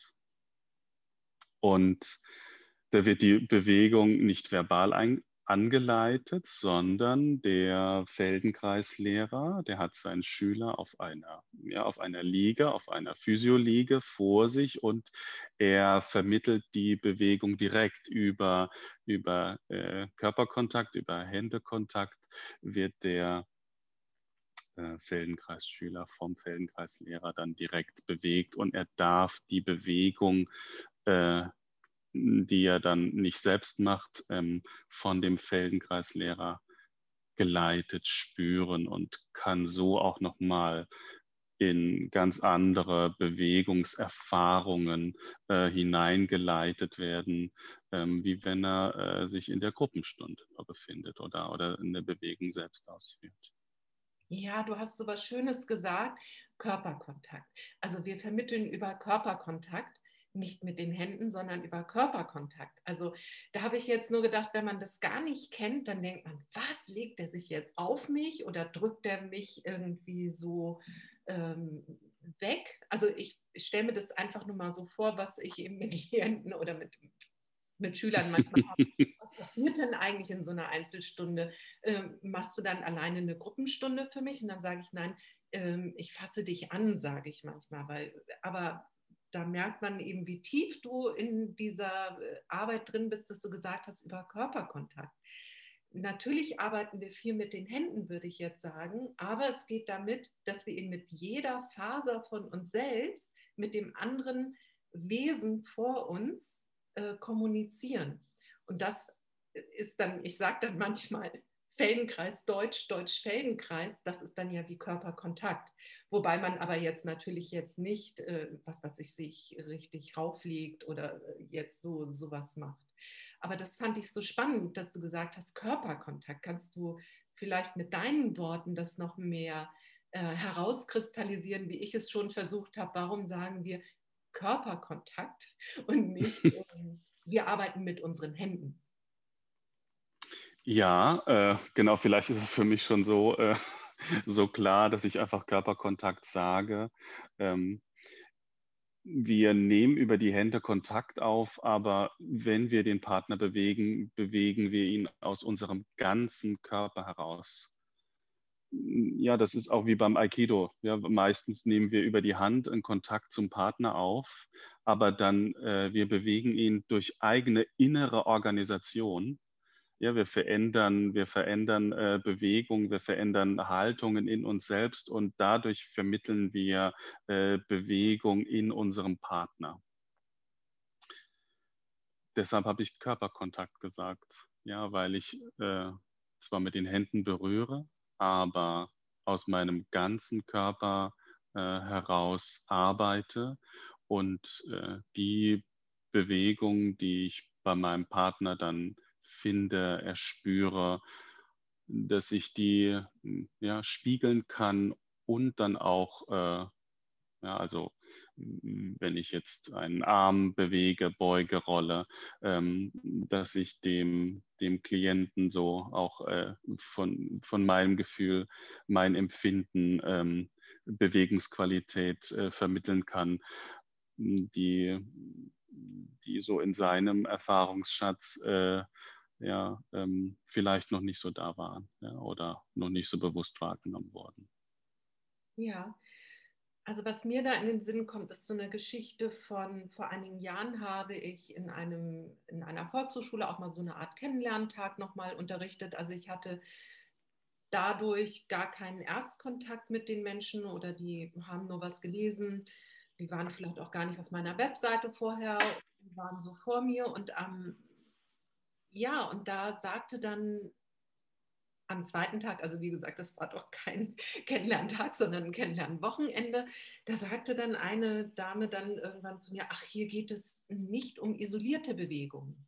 Und da wird die Bewegung nicht verbal ein, angeleitet, sondern der Feldenkreislehrer, der hat seinen Schüler auf einer, ja, auf einer Liege, auf einer Physioliege vor sich und er vermittelt die Bewegung direkt über, über äh, Körperkontakt, über Händekontakt wird der äh, Feldenkreisschüler vom Feldenkreislehrer dann direkt bewegt und er darf die Bewegung, äh, die er dann nicht selbst macht, ähm, von dem Feldenkreislehrer geleitet spüren und kann so auch nochmal in ganz andere Bewegungserfahrungen äh, hineingeleitet werden, ähm, wie wenn er äh, sich in der Gruppenstunde befindet oder, oder in der Bewegung selbst ausführt. Ja, du hast so was Schönes gesagt, Körperkontakt. Also wir vermitteln über Körperkontakt, nicht mit den Händen, sondern über Körperkontakt. Also da habe ich jetzt nur gedacht, wenn man das gar nicht kennt, dann denkt man, was, legt er sich jetzt auf mich oder drückt er mich irgendwie so ähm, weg? Also ich, ich stelle mir das einfach nur mal so vor, was ich eben mit Klienten oder mit, mit Schülern manchmal habe. Was passiert denn eigentlich in so einer Einzelstunde? Ähm, machst du dann alleine eine Gruppenstunde für mich? Und dann sage ich, nein, ähm, ich fasse dich an, sage ich manchmal. Weil, aber da merkt man eben, wie tief du in dieser äh, Arbeit drin bist, dass du gesagt hast, über Körperkontakt. Natürlich arbeiten wir viel mit den Händen, würde ich jetzt sagen, aber es geht damit, dass wir eben mit jeder Faser von uns selbst, mit dem anderen Wesen vor uns äh, kommunizieren. Und das ist dann, ich sage dann manchmal Feldenkreis Deutsch, Deutsch Feldenkreis, das ist dann ja wie Körperkontakt. Wobei man aber jetzt natürlich jetzt nicht, äh, was weiß ich, sich richtig rauflegt oder jetzt so sowas macht. Aber das fand ich so spannend, dass du gesagt hast, Körperkontakt. Kannst du vielleicht mit deinen Worten das noch mehr äh, herauskristallisieren, wie ich es schon versucht habe? Warum sagen wir Körperkontakt und nicht, ähm, wir arbeiten mit unseren Händen? Ja, äh, genau, vielleicht ist es für mich schon so, äh, so klar, dass ich einfach Körperkontakt sage. Ähm, wir nehmen über die Hände Kontakt auf, aber wenn wir den Partner bewegen, bewegen wir ihn aus unserem ganzen Körper heraus. Ja, das ist auch wie beim Aikido. Ja, meistens nehmen wir über die Hand einen Kontakt zum Partner auf, aber dann äh, wir bewegen ihn durch eigene innere Organisation. Ja, wir verändern, wir verändern äh, Bewegung, wir verändern Haltungen in uns selbst und dadurch vermitteln wir äh, Bewegung in unserem Partner. Deshalb habe ich Körperkontakt gesagt, ja, weil ich äh, zwar mit den Händen berühre, aber aus meinem ganzen Körper äh, heraus arbeite und äh, die Bewegung, die ich bei meinem Partner dann finde, erspüre, dass ich die ja, spiegeln kann und dann auch, äh, ja, also wenn ich jetzt einen Arm bewege, beuge, rolle, ähm, dass ich dem, dem Klienten so auch äh, von, von meinem Gefühl, mein Empfinden, ähm, Bewegungsqualität äh, vermitteln kann, die, die so in seinem Erfahrungsschatz äh, ja, ähm, vielleicht noch nicht so da waren, ja, oder noch nicht so bewusst wahrgenommen worden. Ja, also was mir da in den Sinn kommt, ist so eine Geschichte von vor einigen Jahren habe ich in, einem, in einer Volkshochschule auch mal so eine Art Kennenlerntag nochmal unterrichtet. Also ich hatte dadurch gar keinen Erstkontakt mit den Menschen oder die haben nur was gelesen. Die waren vielleicht auch gar nicht auf meiner Webseite vorher, die waren so vor mir und ähm, ja, und da sagte dann am zweiten Tag, also wie gesagt, das war doch kein Kennenlerntag, sondern ein Kennenlernwochenende, da sagte dann eine Dame dann irgendwann zu mir, ach, hier geht es nicht um isolierte Bewegungen.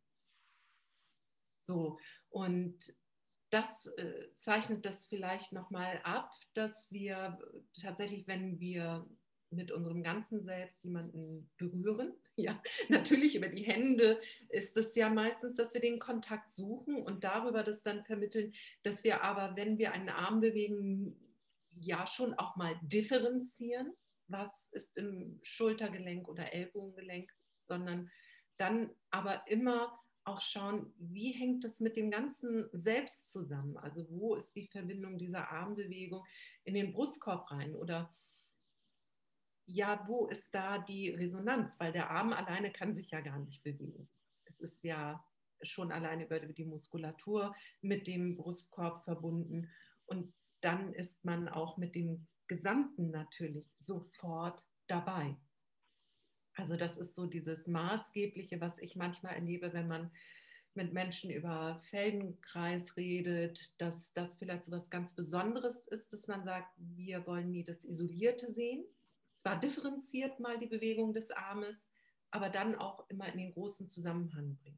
So, und das äh, zeichnet das vielleicht nochmal ab, dass wir tatsächlich, wenn wir mit unserem ganzen Selbst jemanden berühren, ja, natürlich über die Hände ist es ja meistens, dass wir den Kontakt suchen und darüber das dann vermitteln, dass wir aber, wenn wir einen Arm bewegen, ja schon auch mal differenzieren, was ist im Schultergelenk oder Ellbogengelenk, sondern dann aber immer auch schauen, wie hängt das mit dem ganzen Selbst zusammen? Also wo ist die Verbindung dieser Armbewegung in den Brustkorb rein? Oder ja, wo ist da die Resonanz? Weil der Arm alleine kann sich ja gar nicht bewegen. Es ist ja schon alleine über die Muskulatur mit dem Brustkorb verbunden. Und dann ist man auch mit dem Gesamten natürlich sofort dabei. Also das ist so dieses Maßgebliche, was ich manchmal erlebe, wenn man mit Menschen über Feldenkreis redet, dass das vielleicht so was ganz Besonderes ist, dass man sagt, wir wollen nie das Isolierte sehen. Zwar differenziert mal die Bewegung des Armes, aber dann auch immer in den großen Zusammenhang bringen.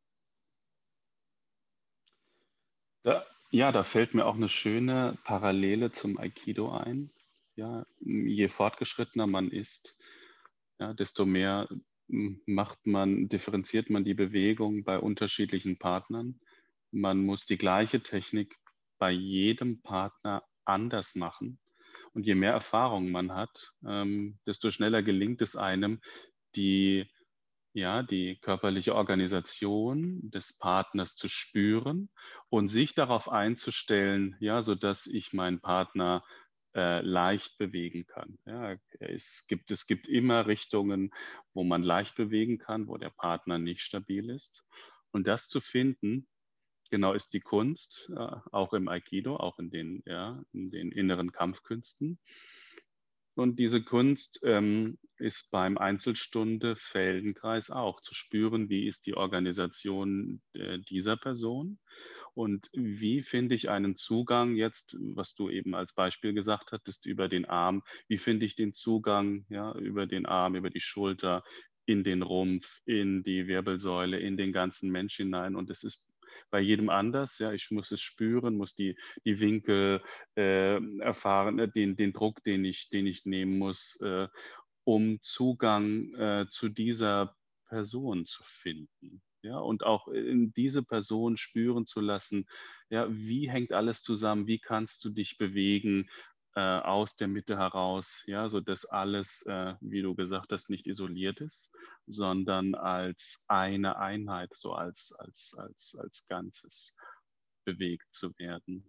Da, ja, da fällt mir auch eine schöne Parallele zum Aikido ein. Ja, je fortgeschrittener man ist, ja, desto mehr macht man, differenziert man die Bewegung bei unterschiedlichen Partnern. Man muss die gleiche Technik bei jedem Partner anders machen. Und je mehr Erfahrung man hat, ähm, desto schneller gelingt es einem, die, ja, die körperliche Organisation des Partners zu spüren und sich darauf einzustellen, ja, sodass ich meinen Partner äh, leicht bewegen kann. Ja, es gibt, es gibt immer Richtungen, wo man leicht bewegen kann, wo der Partner nicht stabil ist. Und das zu finden, genau, ist die Kunst, äh, auch im Aikido, auch in den, ja, in den inneren Kampfkünsten. Und diese Kunst ähm, ist beim Einzelstunde Feldenkreis auch zu spüren, wie ist die Organisation äh, dieser Person und wie finde ich einen Zugang jetzt, was du eben als Beispiel gesagt hattest, über den Arm, wie finde ich den Zugang ja, über den Arm, über die Schulter, in den Rumpf, in die Wirbelsäule, in den ganzen Mensch hinein. Und es ist bei jedem anders. Ja, ich muss es spüren, muss die, die Winkel äh, erfahren, äh, den, den Druck, den ich, den ich nehmen muss, äh, um Zugang äh, zu dieser Person zu finden. Ja, und auch in diese Person spüren zu lassen, ja, wie hängt alles zusammen, wie kannst du dich bewegen, äh, aus der Mitte heraus, ja, sodass alles, äh, wie du gesagt hast, nicht isoliert ist, sondern als eine Einheit, so als, als, als, als Ganzes bewegt zu werden.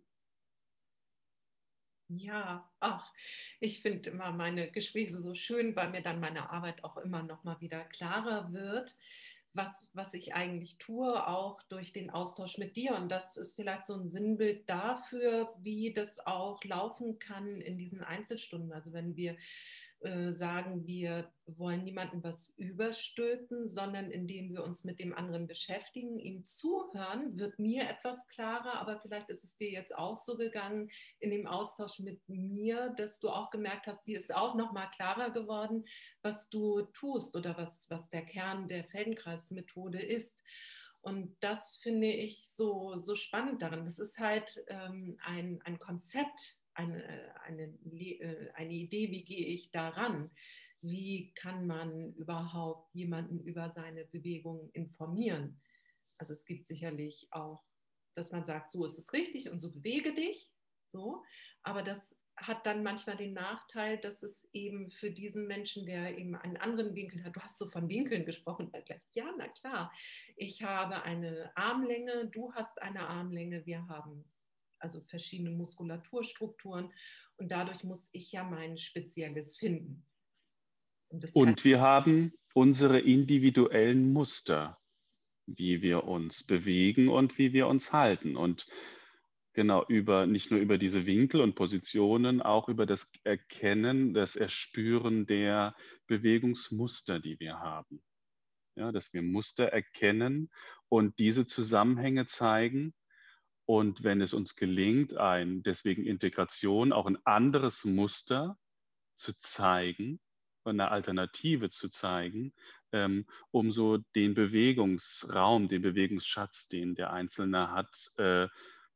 Ja, ach, ich finde immer meine Gespräche so schön, weil mir dann meine Arbeit auch immer noch mal wieder klarer wird, was, was ich eigentlich tue, auch durch den Austausch mit dir. Und das ist vielleicht so ein Sinnbild dafür, wie das auch laufen kann in diesen Einzelstunden. Also wenn wir äh, sagen, wir wollen niemandem was überstülpen, sondern indem wir uns mit dem anderen beschäftigen, ihm zuhören, wird mir etwas klarer, aber vielleicht ist es dir jetzt auch so gegangen in dem Austausch mit mir, dass du auch gemerkt hast, dir ist auch noch mal klarer geworden, was du tust oder was, was der Kern der Feldenkreis-Methode ist. Und das finde ich so, so spannend daran. Das ist halt ähm, ein, ein Konzept, eine, eine, eine Idee, wie gehe ich daran? Wie kann man überhaupt jemanden über seine Bewegung informieren? Also es gibt sicherlich auch, dass man sagt, so ist es richtig und so bewege dich, so. Aber das hat dann manchmal den Nachteil, dass es eben für diesen Menschen, der eben einen anderen Winkel hat, du hast so von Winkeln gesprochen, ja, na klar, ich habe eine Armlänge, du hast eine Armlänge, wir haben also verschiedene Muskulaturstrukturen und dadurch muss ich ja mein Spezielles finden. Und das kann Und wir haben unsere individuellen Muster, wie wir uns bewegen und wie wir uns halten. Und genau, über, nicht nur über diese Winkel und Positionen, auch über das Erkennen, das Erspüren der Bewegungsmuster, die wir haben. Ja, dass wir Muster erkennen und diese Zusammenhänge zeigen. Und wenn es uns gelingt, ein, deswegen Integration, auch ein anderes Muster zu zeigen, eine Alternative zu zeigen, ähm, um so den Bewegungsraum, den Bewegungsschatz, den der Einzelne hat, äh,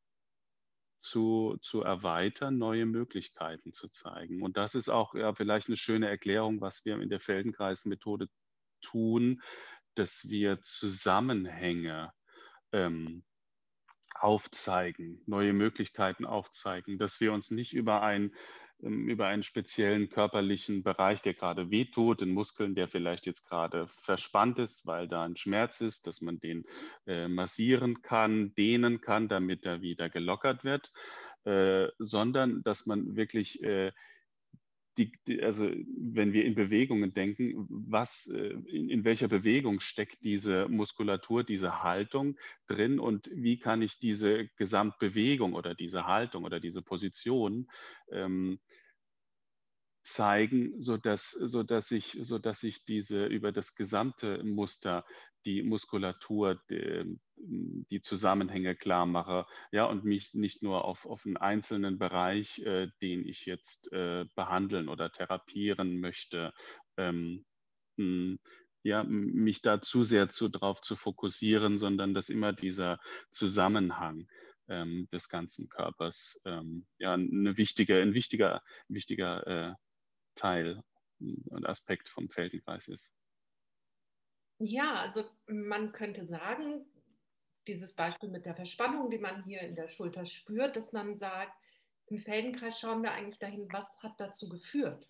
zu, zu erweitern, neue Möglichkeiten zu zeigen. Und das ist auch ja, vielleicht eine schöne Erklärung, was wir in der Feldenkreis-Methode tun, dass wir Zusammenhänge ähm, aufzeigen, neue Möglichkeiten aufzeigen, dass wir uns nicht über, ein, über einen speziellen körperlichen Bereich, der gerade wehtut, den Muskeln, der vielleicht jetzt gerade verspannt ist, weil da ein Schmerz ist, dass man den äh, massieren kann, dehnen kann, damit er wieder gelockert wird, äh, sondern dass man wirklich äh, Die, die, also wenn wir in Bewegungen denken, was, in, in welcher Bewegung steckt diese Muskulatur, diese Haltung drin und wie kann ich diese Gesamtbewegung oder diese Haltung oder diese Position ähm, zeigen, sodass, sodass, ich, sodass ich diese über das gesamte Muster, die Muskulatur, die, die Zusammenhänge klar mache, ja, und mich nicht nur auf, auf einen einzelnen Bereich, äh, den ich jetzt äh, behandeln oder therapieren möchte, ähm, mh, ja, mich da zu sehr zu, drauf zu fokussieren, sondern dass immer dieser Zusammenhang ähm, des ganzen Körpers ähm, ja, eine wichtige, ein wichtiger, ein wichtiger äh, Teil und Aspekt vom Feldenkreis ist. Ja, also man könnte sagen, dieses Beispiel mit der Verspannung, die man hier in der Schulter spürt, dass man sagt, im Feldenkreis schauen wir eigentlich dahin, was hat dazu geführt.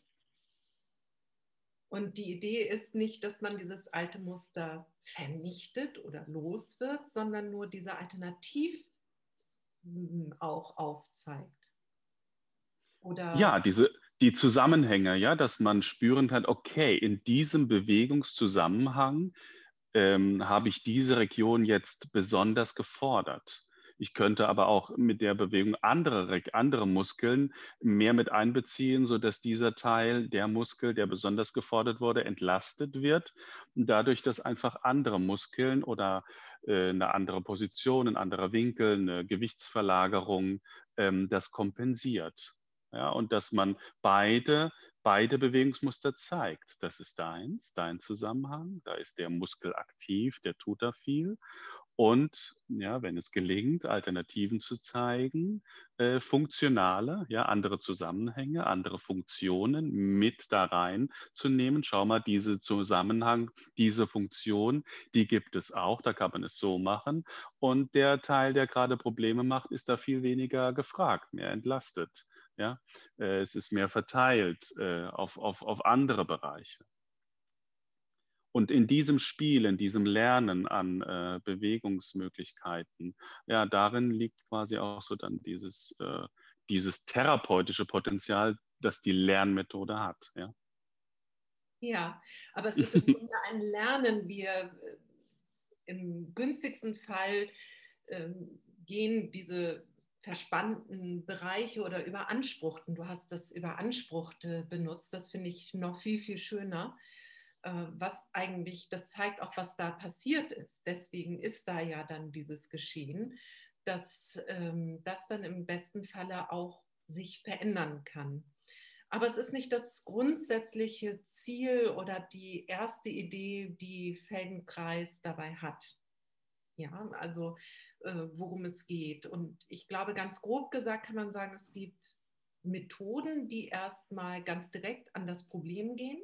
Und die Idee ist nicht, dass man dieses alte Muster vernichtet oder los wird, sondern nur diese Alternativ auch aufzeigt. Oder Ja, diese, die Zusammenhänge, ja, dass man spüren kann, okay, in diesem Bewegungszusammenhang ähm, habe ich diese Region jetzt besonders gefordert. Ich könnte aber auch mit der Bewegung andere, andere Muskeln mehr mit einbeziehen, sodass dieser Teil, der Muskel, der besonders gefordert wurde, entlastet wird. Und dadurch, dass einfach andere Muskeln oder äh, eine andere Position, ein anderer Winkel, eine Gewichtsverlagerung ähm, das kompensiert. Ja, und dass man beide beide Bewegungsmuster zeigt. Das ist deins, dein Zusammenhang. Da ist der Muskel aktiv, der tut da viel. Und ja, wenn es gelingt, Alternativen zu zeigen, äh, funktionale, ja, andere Zusammenhänge, andere Funktionen mit da reinzunehmen. Schau mal, diese Zusammenhang, diese Funktion, die gibt es auch, da kann man es so machen. Und der Teil, der gerade Probleme macht, ist da viel weniger gefragt, mehr entlastet. Ja, äh, es ist mehr verteilt äh, auf, auf, auf andere Bereiche. Und in diesem Spiel, in diesem Lernen an äh, Bewegungsmöglichkeiten, ja, darin liegt quasi auch so dann dieses, äh, dieses therapeutische Potenzial, das die Lernmethode hat. Ja, ja, aber es ist im Grunde ein Lernen. Wir im günstigsten Fall ähm, gehen diese verspannten Bereiche oder überanspruchten. Du hast das Überanspruchte benutzt. Das finde ich noch viel, viel schöner. Was eigentlich, das zeigt auch, was da passiert ist. Deswegen ist da ja dann dieses Geschehen, dass ähm, das dann im besten Falle auch sich verändern kann. Aber es ist nicht das grundsätzliche Ziel oder die erste Idee, die Feldenkrais dabei hat. Ja, also äh, worum es geht. Und ich glaube, ganz grob gesagt kann man sagen, es gibt Methoden, die erstmal ganz direkt an das Problem gehen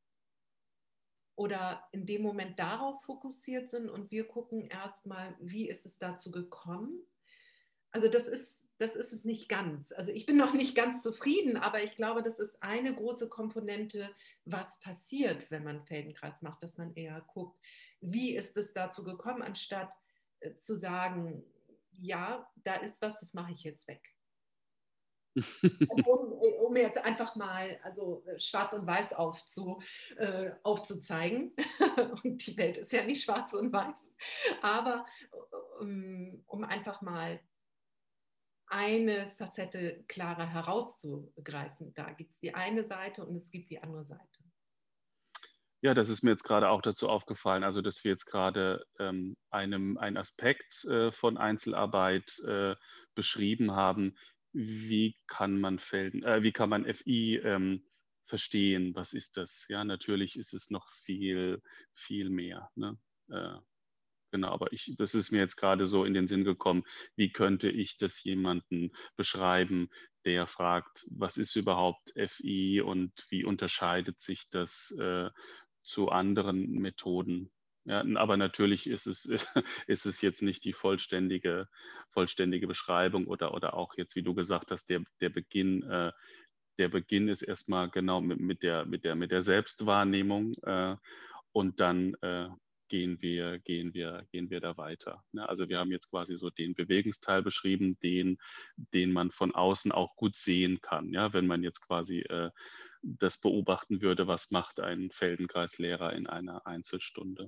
oder in dem Moment darauf fokussiert sind und wir gucken erstmal, wie ist es dazu gekommen. Also das ist, das ist es nicht ganz. Also ich bin noch nicht ganz zufrieden, aber ich glaube, das ist eine große Komponente, was passiert, wenn man Feldenkreis macht, dass man eher guckt, wie ist es dazu gekommen, anstatt äh, zu sagen, ja, da ist was, das mache ich jetzt weg. Also um, um jetzt einfach mal also schwarz und weiß aufzu, äh, aufzuzeigen. Und die Welt ist ja nicht schwarz und weiß. Aber um, um einfach mal eine Facette klarer herauszugreifen. Da gibt es die eine Seite und es gibt die andere Seite. Ja, das ist mir jetzt gerade auch dazu aufgefallen, also dass wir jetzt gerade ähm, einem, einen Aspekt äh, von Einzelarbeit äh, beschrieben haben. Wie kann man Felden, äh, wie kann man F I ähm, verstehen? Was ist das? Ja, natürlich ist es noch viel, viel mehr. Ne? Äh, Genau, aber ich, das ist mir jetzt gerade so in den Sinn gekommen, wie könnte ich das jemanden beschreiben, der fragt, was ist überhaupt F I und wie unterscheidet sich das äh, zu anderen Methoden? Ja, aber natürlich ist es, ist es jetzt nicht die vollständige, vollständige Beschreibung oder, oder auch jetzt, wie du gesagt hast, der, der Beginn, äh, der Beginn ist erstmal genau mit, mit, der, mit, der, mit der Selbstwahrnehmung äh, und dann äh, gehen wir, gehen wir, gehen wir da weiter. Ne? Also wir haben jetzt quasi so den Bewegungsteil beschrieben, den, den man von außen auch gut sehen kann. Ja? Wenn man jetzt quasi äh, das beobachten würde, was macht ein Feldenkreislehrer in einer Einzelstunde.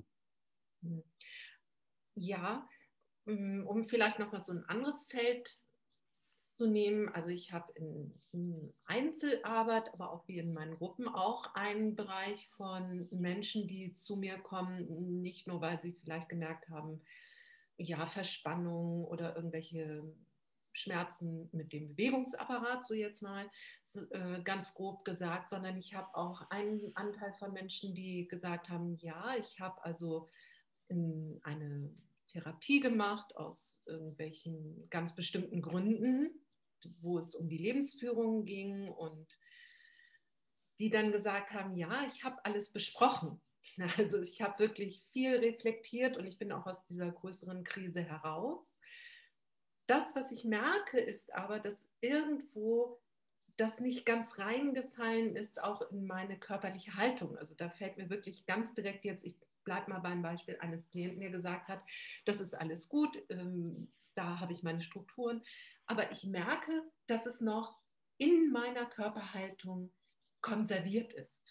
Ja, um vielleicht noch mal so ein anderes Feld zu nehmen. Also ich habe in, in Einzelarbeit, aber auch wie in meinen Gruppen auch einen Bereich von Menschen, die zu mir kommen, nicht nur, weil sie vielleicht gemerkt haben, ja, Verspannung oder irgendwelche Schmerzen mit dem Bewegungsapparat, so jetzt mal äh, ganz grob gesagt, sondern ich habe auch einen Anteil von Menschen, die gesagt haben, ja, ich habe also in eine Therapie gemacht aus irgendwelchen ganz bestimmten Gründen, wo es um die Lebensführung ging und die dann gesagt haben, ja, ich habe alles besprochen. Also ich habe wirklich viel reflektiert und ich bin auch aus dieser größeren Krise heraus. Das, was ich merke, ist aber, dass irgendwo das nicht ganz reingefallen ist, auch in meine körperliche Haltung. Also da fällt mir wirklich ganz direkt jetzt, ich bleibe mal beim Beispiel eines Klienten, der gesagt hat, das ist alles gut, ähm, da habe ich meine Strukturen, aber ich merke, dass es noch in meiner Körperhaltung konserviert ist.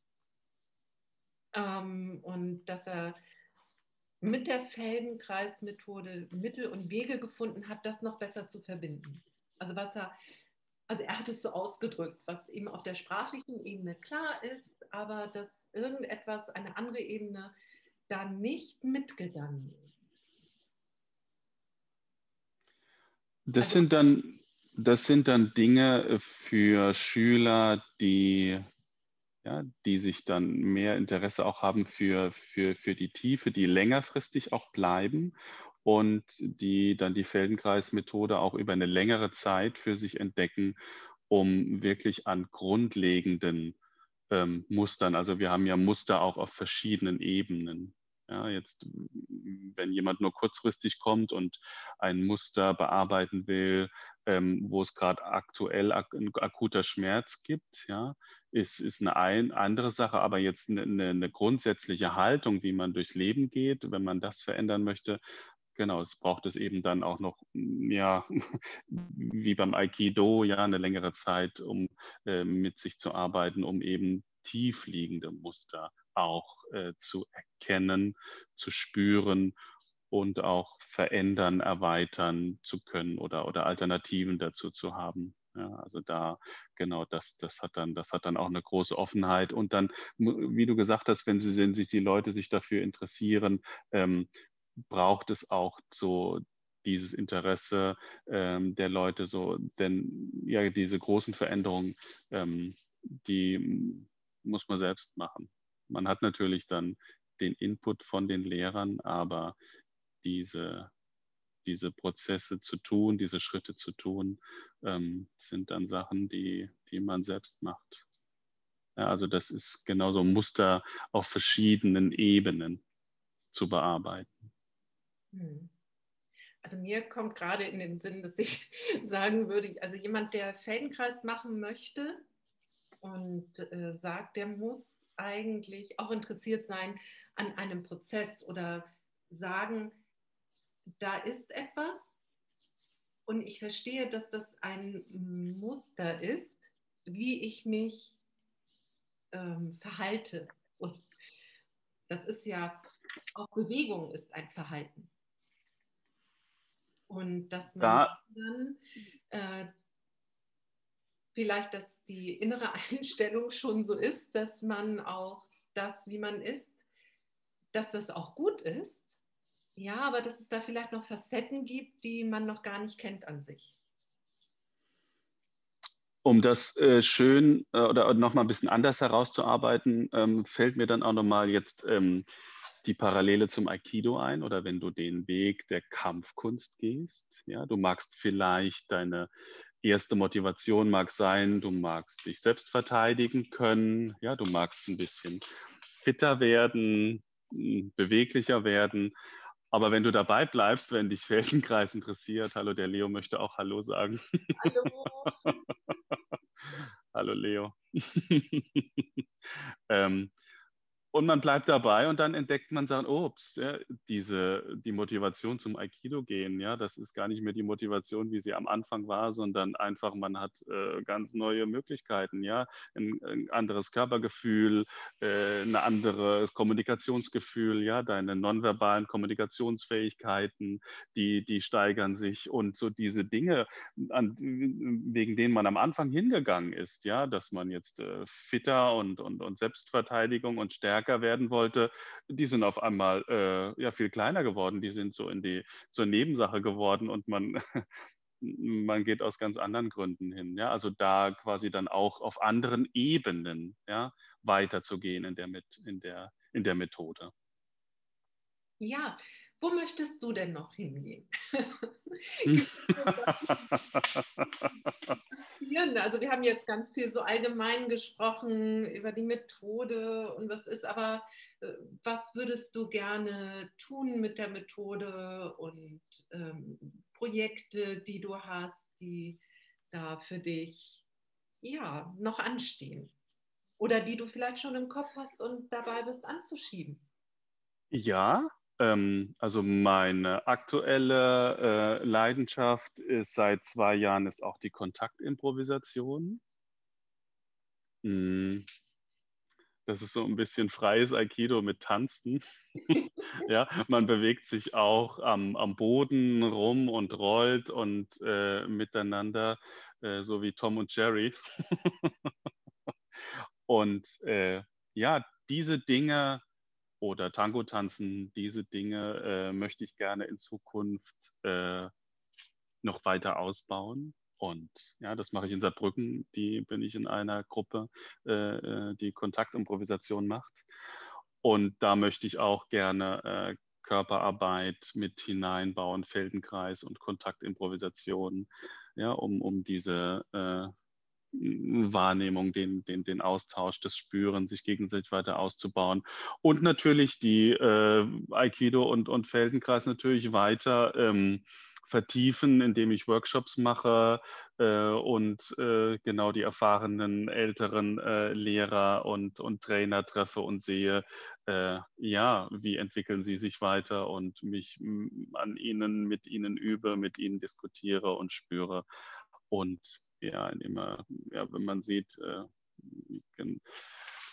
Ähm, und dass er mit der Feldenkreismethode Mittel und Wege gefunden hat, das noch besser zu verbinden. Also was er, also er hat es so ausgedrückt, was eben auf der sprachlichen Ebene klar ist, aber dass irgendetwas, eine andere Ebene da nicht mitgegangen ist. Das Also, sind dann, das sind dann Dinge für Schüler, die ja, die sich dann mehr Interesse auch haben für, für, für die Tiefe, die längerfristig auch bleiben und die dann die Feldenkreis-Methode auch über eine längere Zeit für sich entdecken, um wirklich an grundlegenden ähm, Mustern, also wir haben ja Muster auch auf verschiedenen Ebenen. Ja, jetzt, wenn jemand nur kurzfristig kommt und ein Muster bearbeiten will, ähm, wo es gerade aktuell ak ein akuter Schmerz gibt, ja, ist, ist eine ein, andere Sache, aber jetzt eine, eine grundsätzliche Haltung, wie man durchs Leben geht, wenn man das verändern möchte, genau, es braucht es eben dann auch noch, ja, wie beim Aikido, ja, eine längere Zeit, um äh, mit sich zu arbeiten, um eben tiefliegende Muster auch äh, zu erkennen, zu spüren und auch verändern, erweitern zu können oder, oder Alternativen dazu zu haben. Ja, also da, genau, das, das hat dann, das hat dann auch eine große Offenheit. Und dann, wie du gesagt hast, wenn sie sind, sich die Leute sich dafür interessieren, ähm, braucht es auch so dieses Interesse ähm, der Leute so, denn ja, diese großen Veränderungen, ähm, die muss man selbst machen. Man hat natürlich dann den Input von den Lehrern, aber diese, diese Prozesse zu tun, diese Schritte zu tun, ähm, sind dann Sachen, die, die man selbst macht. Ja, also das ist genauso ein Muster auf verschiedenen Ebenen zu bearbeiten. Hm. Also mir kommt gerade in den Sinn, dass ich sagen würde, also jemand, der Feldenkreis machen möchte und äh, sagt, der muss eigentlich auch interessiert sein an einem Prozess oder sagen, da ist etwas und ich verstehe, dass das ein Muster ist, wie ich mich ähm, verhalte. Und das ist ja, auch Bewegung ist ein Verhalten. Und dass man Da, dann äh, vielleicht, dass die innere Einstellung schon so ist, dass man auch das, wie man ist, dass das auch gut ist. Ja, aber dass es da vielleicht noch Facetten gibt, die man noch gar nicht kennt an sich. um das äh, schön äh, oder nochmal ein bisschen anders herauszuarbeiten, ähm, fällt mir dann auch nochmal jetzt ähm, die Parallele zum Aikido ein oder wenn du den Weg der Kampfkunst gehst. Ja, du magst vielleicht deine erste Motivation mag sein, du magst dich selbst verteidigen können, ja, du magst ein bisschen fitter werden, beweglicher werden. Aber wenn du dabei bleibst, wenn dich Feldenkreis interessiert, hallo, der Leo möchte auch Hallo sagen. Hallo. Hallo Leo. ähm, und man bleibt dabei und dann entdeckt man, sagt, oh, ups, ja, diese, die Motivation zum Aikido gehen, ja, das ist gar nicht mehr die Motivation, wie sie am Anfang war, sondern einfach, man hat äh, ganz neue Möglichkeiten, ja, ein, ein anderes Körpergefühl, äh, ein anderes Kommunikationsgefühl, ja, deine nonverbalen Kommunikationsfähigkeiten, die, die steigern sich und so diese Dinge, an, wegen denen man am Anfang hingegangen ist, ja, dass man jetzt äh, fitter und, und, und Selbstverteidigung und Stärke werden wollte, die sind auf einmal äh, ja viel kleiner geworden. Die sind so in die zur Nebensache geworden und man man geht aus ganz anderen Gründen hin. Ja, also da quasi dann auch auf anderen Ebenen ja weiterzugehen in der mit in der in der Methode. Ja, wo möchtest du denn noch hingehen? Hm. Gibt es so passieren? Also wir haben jetzt ganz viel so allgemein gesprochen über die Methode und was ist, aber äh, was würdest du gerne tun mit der Methode und ähm, Projekte, die du hast, die da für dich ja noch anstehen oder die du vielleicht schon im Kopf hast und dabei bist anzuschieben? Ja, ähm, also meine aktuelle äh, Leidenschaft ist seit zwei Jahren ist auch die Kontaktimprovisation. Hm, das ist so ein bisschen freies Aikido mit Tanzen. Ja, man bewegt sich auch am, am Boden rum und rollt und äh, miteinander, äh, so wie Tom und Jerry. Und äh, ja, diese Dinge oder Tango tanzen, diese Dinge äh, möchte ich gerne in Zukunft äh, noch weiter ausbauen. Und ja, das mache ich in Saarbrücken. Die bin ich in einer Gruppe, äh, äh, die Kontaktimprovisation macht. Und da möchte ich auch gerne äh, Körperarbeit mit hineinbauen, Feldenkreis und Kontaktimprovisation, ja, um, um diese äh, Wahrnehmung, den, den, den Austausch, das Spüren, sich gegenseitig weiter auszubauen. Und natürlich die äh, Aikido und, und Feldenkreis natürlich weiter ähm, vertiefen, indem ich Workshops mache äh, und äh, genau die erfahrenen älteren äh, Lehrer und, und Trainer treffe und sehe, äh, ja, wie entwickeln sie sich weiter und mich m, an ihnen, mit ihnen übe, mit ihnen diskutiere und spüre. Und ja, immer, ja, wenn man sieht, äh,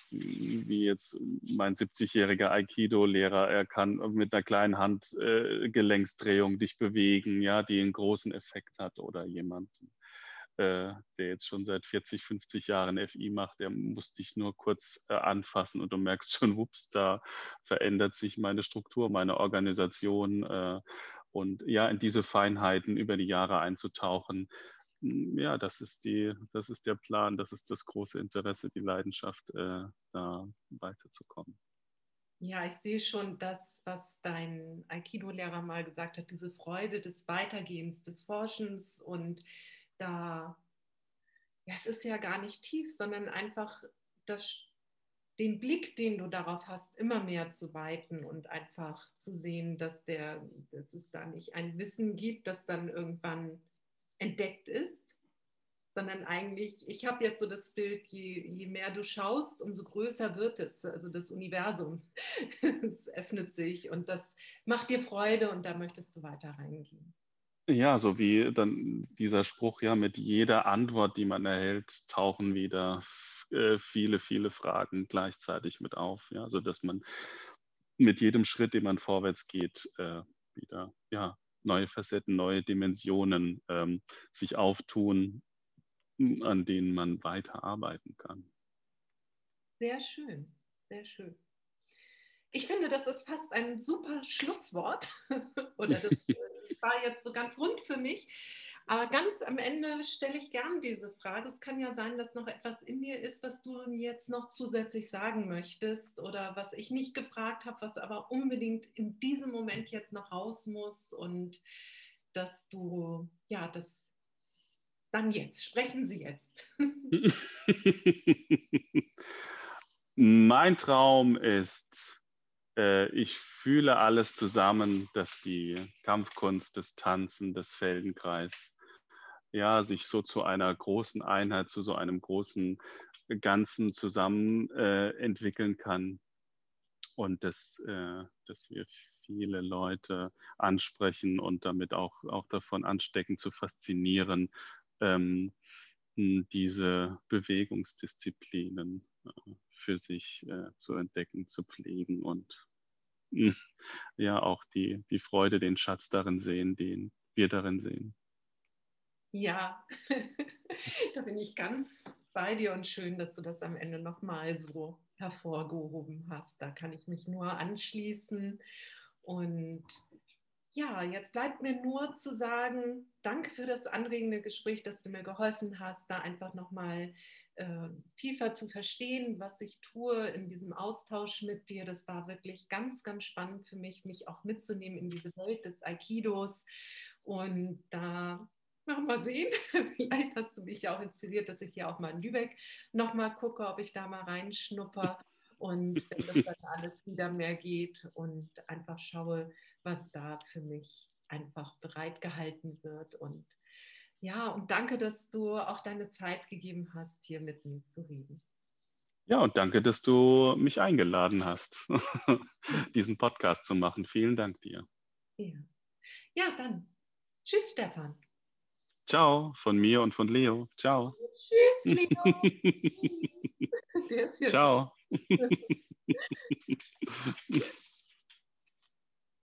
wie jetzt mein siebzigjähriger Aikido-Lehrer, er kann mit einer kleinen Handgelenksdrehung äh, dich bewegen, ja, die einen großen Effekt hat, oder jemand, äh, der jetzt schon seit vierzig, fünfzig Jahren F I macht, der muss dich nur kurz äh, anfassen und du merkst schon, hups, da verändert sich meine Struktur, meine Organisation, äh, und ja, in diese Feinheiten über die Jahre einzutauchen. Ja, das ist die, das ist der Plan, das ist das große Interesse, die Leidenschaft, äh, da weiterzukommen. Ja, ich sehe schon das, was dein Aikido-Lehrer mal gesagt hat, diese Freude des Weitergehens, des Forschens, und da, ja, es ist ja gar nicht tief, sondern einfach das, den Blick, den du darauf hast, immer mehr zu weiten und einfach zu sehen, dass, der, dass es da nicht ein Wissen gibt, das dann irgendwann entdeckt ist, sondern eigentlich, ich habe jetzt so das Bild, je, je mehr du schaust, umso größer wird es, also das Universum. Es öffnet sich und das macht dir Freude und da möchtest du weiter reingehen. Ja, so wie dann dieser Spruch, ja, mit jeder Antwort, die man erhält, tauchen wieder äh, viele, viele Fragen gleichzeitig mit auf. Ja, so dass man mit jedem Schritt, den man vorwärts geht, äh, wieder, ja, neue Facetten, neue Dimensionen ähm, sich auftun, an denen man weiterarbeiten kann. Sehr schön, sehr schön. Ich finde, das ist fast ein super Schlusswort. Oder das war jetzt so ganz rund für mich. Aber ganz am Ende stelle ich gern diese Frage. Es kann ja sein, dass noch etwas in mir ist, was du jetzt noch zusätzlich sagen möchtest oder was ich nicht gefragt habe, was aber unbedingt in diesem Moment jetzt noch raus muss und dass du, ja, das dann jetzt, sprechen Sie jetzt. Mein Traum ist, äh, ich fühle alles zusammen, dass die Kampfkunst, das Tanzen, das Feldenkreis, ja, sich so zu einer großen Einheit, zu so einem großen Ganzen zusammen äh, entwickeln kann und dass, äh, dass wir viele Leute ansprechen und damit auch, auch davon anstecken, zu faszinieren, ähm, diese Bewegungsdisziplinen äh, für sich äh, zu entdecken, zu pflegen und mh, ja auch die, die Freude, den Schatz darin sehen, den wir darin sehen. Ja, da bin ich ganz bei dir und schön, dass du das am Ende nochmal so hervorgehoben hast. Da kann ich mich nur anschließen. Und ja, jetzt bleibt mir nur zu sagen, danke für das anregende Gespräch, dass du mir geholfen hast, da einfach nochmal äh, tiefer zu verstehen, was ich tue in diesem Austausch mit dir. Das war wirklich ganz, ganz spannend für mich, mich auch mitzunehmen in diese Welt des Aikidos. Und da mal sehen, vielleicht hast du mich ja auch inspiriert, dass ich hier auch mal in Lübeck nochmal gucke, ob ich da mal reinschnupper. Und wenn das dann alles wieder mehr geht und einfach schaue, was da für mich einfach bereitgehalten wird. Und ja, und danke, dass du auch deine Zeit gegeben hast, hier mit mir zu reden. Ja, und danke, dass du mich eingeladen hast, diesen Podcast zu machen. Vielen Dank dir. Ja, ja, dann. Tschüss, Stefan. Ciao, von mir und von Leo. Ciao. Tschüss, Leo. Der ist hier Ciao. so.